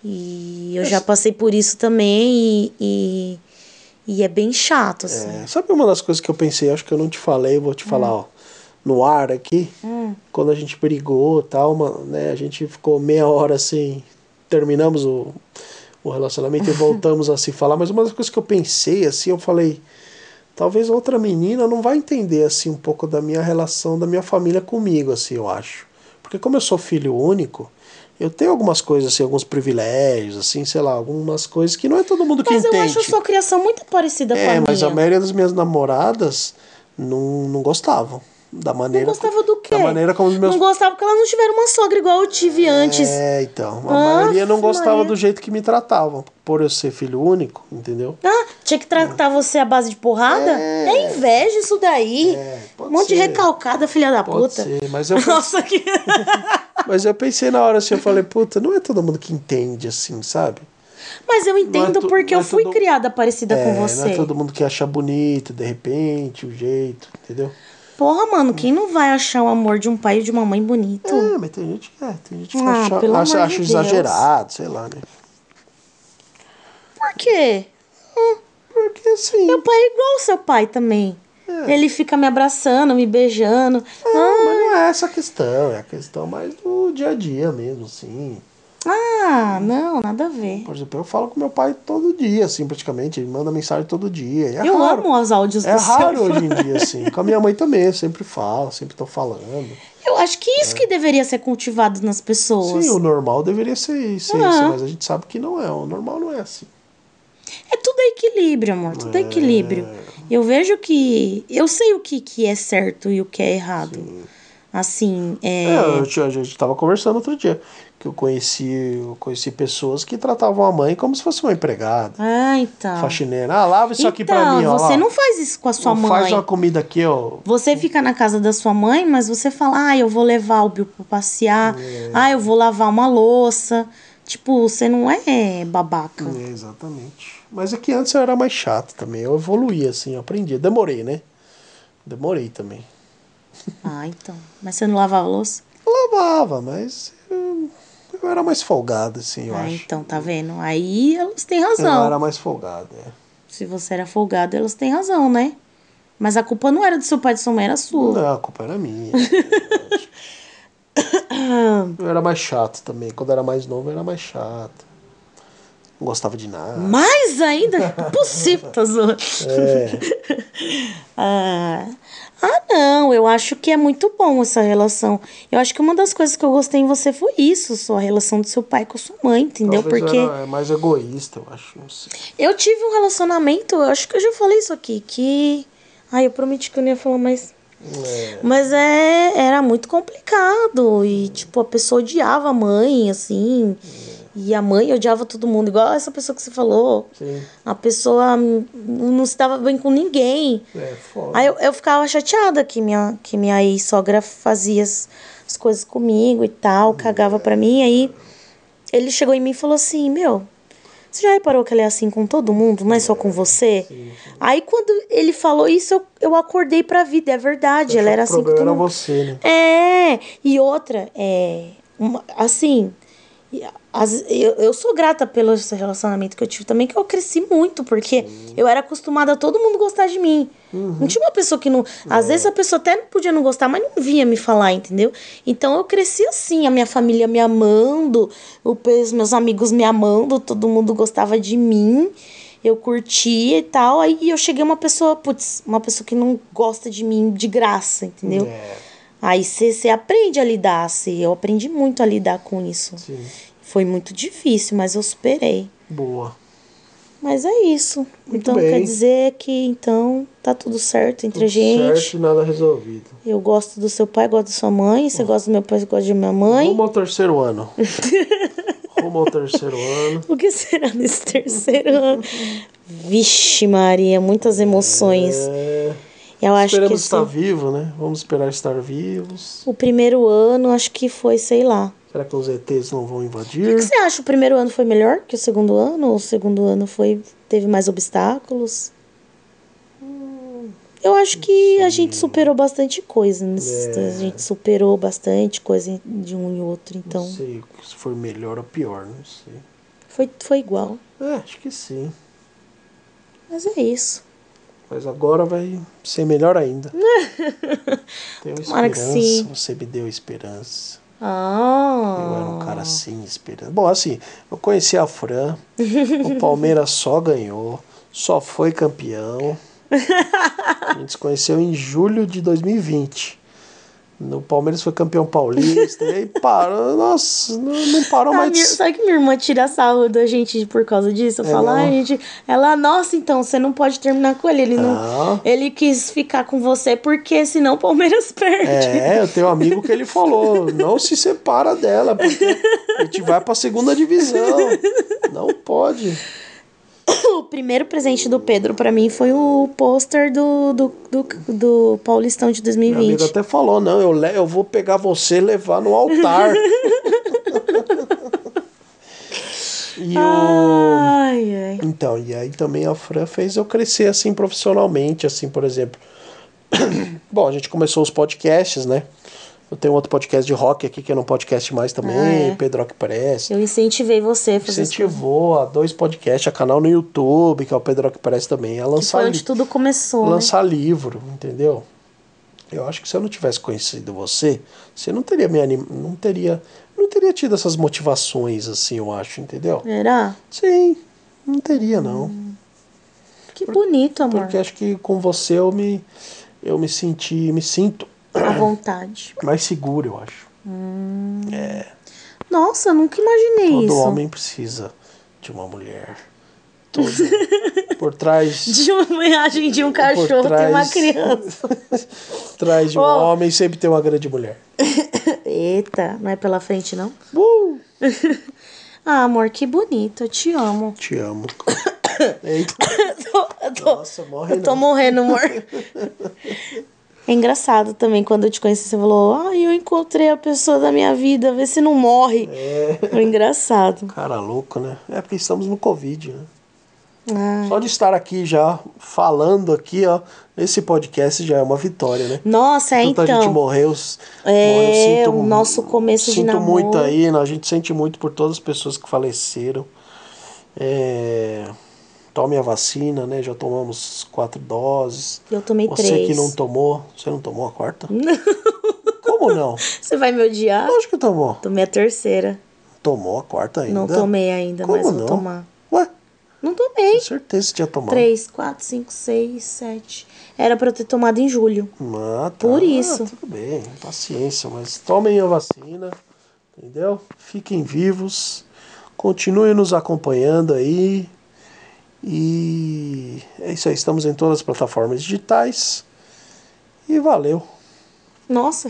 E eu já passei por isso também e, e, e é bem chato, assim. É, sabe uma das coisas que eu pensei, acho que eu não te falei, eu vou te falar, ó, no ar aqui, Hum. quando a gente brigou e tal, uma, né, a gente ficou meia hora assim, terminamos o, o relacionamento e voltamos a se falar, mas uma das coisas que eu pensei, assim, eu falei, talvez outra menina não vai entender, assim, um pouco da minha relação, da minha família comigo, assim, eu acho. Porque como eu sou filho único, eu tenho algumas coisas, assim, alguns privilégios, assim, sei lá, algumas coisas que não é todo mundo que Mas entende. eu acho a sua criação muito parecida com a É, minha. mas a maioria das minhas namoradas não, não gostavam da Não maneira... gostava do quê? Da maneira como os meus... Não gostava porque elas não tiveram uma sogra igual eu tive antes. É, então, a Aff, maioria não gostava Maria. do jeito que me tratavam, por eu ser filho único, entendeu? Ah, tinha que tratar você à base de porrada? É. É, inveja isso daí. É, pode um monte ser. de recalcada, filha da Pode puta. ser, mas eu, Nossa, que... mas eu pensei na hora assim, eu falei, puta, não é todo mundo que entende assim, sabe? Mas eu Não é entendo tu- porque não eu é fui todo- criada parecida É, com não você. é todo mundo que acha bonito, de repente, o jeito, entendeu? Porra, mano, quem não vai achar o amor de um pai e de uma mãe bonito? É, mas tem gente que é, tem gente que Ah, acha, pelo acha, amor acha de exagerado, sei lá, né? Por quê? Porque assim, Meu pai é igual ao seu pai também. Ele fica me abraçando, me beijando. não, mas não é essa a questão, é a questão mais do dia a dia mesmo, assim. Ah, não, nada a ver. Por exemplo, eu falo com meu pai todo dia, assim, praticamente. Ele manda mensagem todo dia. E é Eu raro. amo os áudios É do raro seu hoje em dia, assim. Com a minha mãe também, eu sempre falo, sempre tô falando. Eu acho que isso que deveria ser cultivado nas pessoas. Sim, o normal deveria ser, ser Ah. isso, mas a gente sabe que não é. O normal não é assim. É tudo equilíbrio, amor. Tudo é equilíbrio. Eu vejo que. Eu sei o que, que é certo e o que é errado. Assim, é. É, eu, tinha- a gente tava conversando outro dia. Que eu conheci, eu conheci pessoas que tratavam a mãe como se fosse uma empregada. Ah, então. Faxineira. Ah, lava isso aqui pra Então, mim, ó. você ó. não faz isso com a sua mãe. Faz uma comida aqui, ó. Você fica na casa da sua mãe, mas você fala, ah, eu vou levar o Bill pra passear, É. ah, eu vou lavar uma louça. Tipo, você não é babaca. É, exatamente. Mas é que antes eu era mais chato também. Eu evoluí, assim, eu aprendi. Demorei, né? Demorei também. Ah, então. Mas você não lavava a louça? Lavava, mas eu, eu era mais folgado, assim, eu Ah, acho. então, tá vendo? Aí elas têm Eu razão. era mais folgado, é. Se você era folgado, elas têm razão, né? Mas a culpa não era do seu pai e da sua mãe, era sua. Não, a culpa era minha. Eu era mais chato também. Quando eu era mais novo, eu era mais chato. Não gostava de nada. Mais ainda? Impossível, tá zoando. É. Ah, ah, não, eu acho que é muito bom essa relação. Eu acho que uma das coisas que eu gostei em você foi isso, sua relação do seu pai com a sua mãe, entendeu? Talvez Porque eu era mais egoísta, eu acho. Não sei. eu tive um relacionamento, eu acho que eu já falei isso aqui, que... Ai, eu prometi que eu não ia falar mais. É. Mas é, era muito complicado e, tipo, a pessoa odiava a mãe, assim... E a mãe odiava todo mundo, igual essa pessoa que você falou. Sim. A pessoa hum, não se dava bem com ninguém. É, foda. Aí eu, eu ficava chateada que minha, que minha ex-sogra fazia as, as coisas comigo e tal, cagava pra mim. Aí ele chegou em mim e falou assim, meu, você já reparou que ela é assim com todo mundo, não é só com você? Sim, sim. Aí quando ele falou isso, eu, eu acordei pra vida, é verdade, ela era O assim com problema todo era mundo. você, né? É, e outra, é, uma, assim, e as- eu, eu sou grata pelo esse relacionamento que eu tive também, que eu cresci muito, porque eu era acostumada a todo mundo gostar de mim. Não tinha uma pessoa que não. Às vezes a pessoa até podia não gostar, mas não vinha me falar, entendeu? Então eu cresci assim, a minha família me amando, o pe- os meus amigos me amando, todo mundo gostava de mim. Eu curtia e tal. Aí eu cheguei uma pessoa, putz, uma pessoa que não gosta de mim de graça, entendeu? É, Aí você aprende a lidar, assim. Eu aprendi muito a lidar com isso. sim. Foi muito difícil, mas eu superei. Boa. Mas é isso. Muito então bem. quer dizer que então tá tudo certo entre Tudo a gente. certo e nada resolvido. Eu gosto do seu pai, gosto da sua mãe. Você gosta do meu pai, você gosta da minha mãe. Rumo ao terceiro ano. Rumo ao terceiro ano. O que será nesse terceiro ano? Vixe, Maria, muitas emoções. É, Eu acho que esperamos estar esse- vivo, né? Vamos esperar estar vivos. o primeiro ano, acho que foi, sei lá. Será que os E Tês não vão O invadir? que você acha? O primeiro ano foi melhor que o segundo ano? Ou o segundo ano foi teve mais obstáculos? Eu acho que a gente superou bastante coisa. nesse- É. A gente superou bastante coisa de um e outro, então. Não sei se foi melhor ou pior, não sei. Foi, foi igual. É, acho que sim. Mas é isso. Mas agora vai ser melhor ainda. Tenho Tomara que esperança. sim. Você me deu esperança. Ah. Eu era um cara assim, esperança. Bom, assim, eu conheci a Fran. O Palmeiras só ganhou. Só foi campeão. A gente se conheceu em julho de dois mil e vinte. No Palmeiras foi campeão paulista. E aí parou. Nossa, não, não parou Ah, mais. minha, sabe que minha irmã tira sarro da gente por causa disso? Eu É falo, ah, mesmo? gente. Ela, nossa, então você não pode terminar com ele. Ele não. Não. Ele quis ficar com você porque senão o Palmeiras perde. É, eu tenho um amigo que ele falou, não se separa dela, porque a gente vai pra segunda divisão. Não pode. O primeiro presente do Pedro pra mim foi o pôster do, do, do, do Paulistão de dois mil e Meu amigo vinte. até falou, não, eu, le- eu vou pegar você e levar no altar. E o... Ai, ai. Então, e aí também a Fran fez eu crescer assim profissionalmente, assim, por exemplo. Bom, a gente começou os podcasts, né? Eu tenho outro podcast de rock aqui, que é no Podcast Mais também, Ah, é? Pedro Rock Press. Eu incentivei você a fazer isso. Incentivou a dois podcasts, a canal no YouTube, que é o Pedro Rock Press também, a Que lançar, foi li- onde tudo começou, lançar livro, entendeu? Eu acho que se eu não tivesse conhecido você, você não teria me anim... não teria, não teria tido essas motivações assim, eu acho, entendeu? né? Será? Sim, não teria não. Que bonito, amor. Porque acho que com você eu me eu me senti, me sinto À vontade. mais seguro, eu acho. Nossa, eu nunca imaginei Todo isso. homem precisa de uma mulher. Todo por trás De uma imagem de um cachorro tem uma trás- criança. por trás de um Oh. homem sempre tem uma grande mulher. Eita, não é pela frente, não? Uh, Ah, amor, que bonito. Eu te amo. te amo. Eita. Eu tô, eu tô, Nossa, morre eu tô não. morrendo, amor. É engraçado também, quando eu te conheci, você falou, ah, eu encontrei a pessoa da minha vida, vê se não morre. É. É engraçado. Cara louco, né? É porque estamos no Covid, né? Ah. Só de estar aqui já falando aqui, ó, nesse podcast já é uma vitória, né? Nossa, é Tanta então. gente morreu. É, morreu, o nosso começo de sinto namoro. muito aí, né? A gente sente muito por todas as pessoas que faleceram. É, tome a vacina, né? Já tomamos quatro doses. Eu tomei Você três. que não tomou, você não tomou a quarta? Como não? Você vai me odiar? Lógico que tomou. Tomei a terceira. Tomou a quarta ainda? Não tomei ainda, Como mas vou não? tomar. Ué, Não tomei. tenho certeza que você tinha tomado. Três, quatro, cinco, seis, sete. Era pra eu ter tomado em julho. Ah, tá. Por isso. Tudo bem, paciência, mas tomem a vacina, entendeu? Fiquem vivos, continuem nos acompanhando aí. E é isso aí, estamos em todas as plataformas digitais. E valeu. Nossa.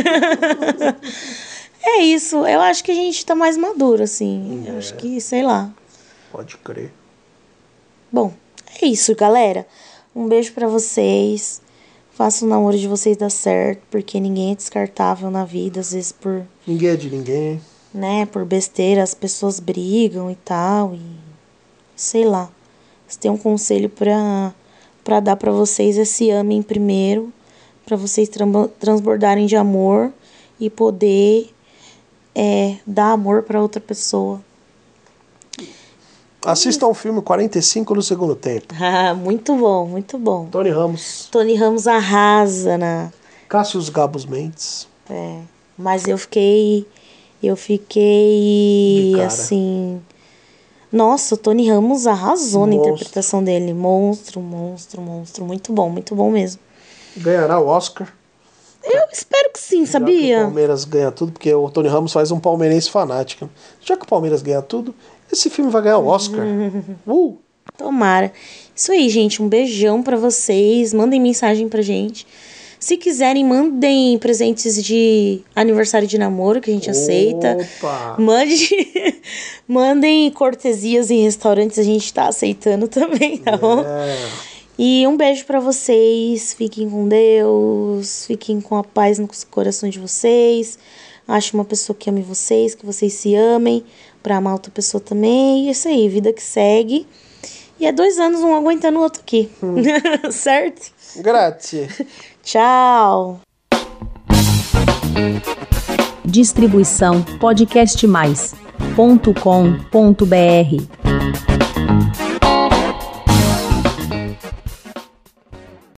É isso. Eu acho que a gente tá mais maduro, assim. Eu É. acho que, sei lá. Pode crer. Bom, é isso, galera. Um beijo pra vocês. Faça o namoro de vocês dar certo, porque ninguém é descartável na vida, às vezes por, Ninguém é de ninguém. né, por besteira, as pessoas brigam e tal, e sei lá. Se tem um conselho pra, pra dar pra vocês é se amem primeiro, pra vocês tram- transbordarem de amor e poder é, dar amor pra outra pessoa. Assistam o filme quarenta e cinco no segundo tempo. Ah, muito bom, muito bom. Tony Ramos, Tony Ramos arrasa na... Cássius Gabos Mendes. É, mas eu fiquei. Eu fiquei. De cara. Assim. Nossa, o Tony Ramos arrasou na Monstro. interpretação dele. Monstro, monstro, monstro. Muito bom, muito bom mesmo. Ganhará o Oscar. Eu espero que sim, Já que o sabia? Palmeiras ganha tudo, porque o Tony Ramos faz um palmeirense fanático. Já que o Palmeiras ganha tudo, esse filme vai ganhar o Oscar. Uh! Tomara. Isso aí, gente. Um beijão pra vocês. Mandem mensagem pra gente. Se quiserem, mandem presentes de aniversário de namoro, que a gente aceita. Opa! Mande, mandem cortesias em restaurantes, a gente tá aceitando também, tá bom? É. E um beijo pra vocês, fiquem com Deus, fiquem com a paz no coração de vocês. Ache uma pessoa que ame vocês, que vocês se amem, pra amar outra pessoa também. E é isso aí, vida que segue. E é dois anos um aguentando o outro aqui, certo? Grazie. Tchau! Distribuição podcast mais ponto com ponto br.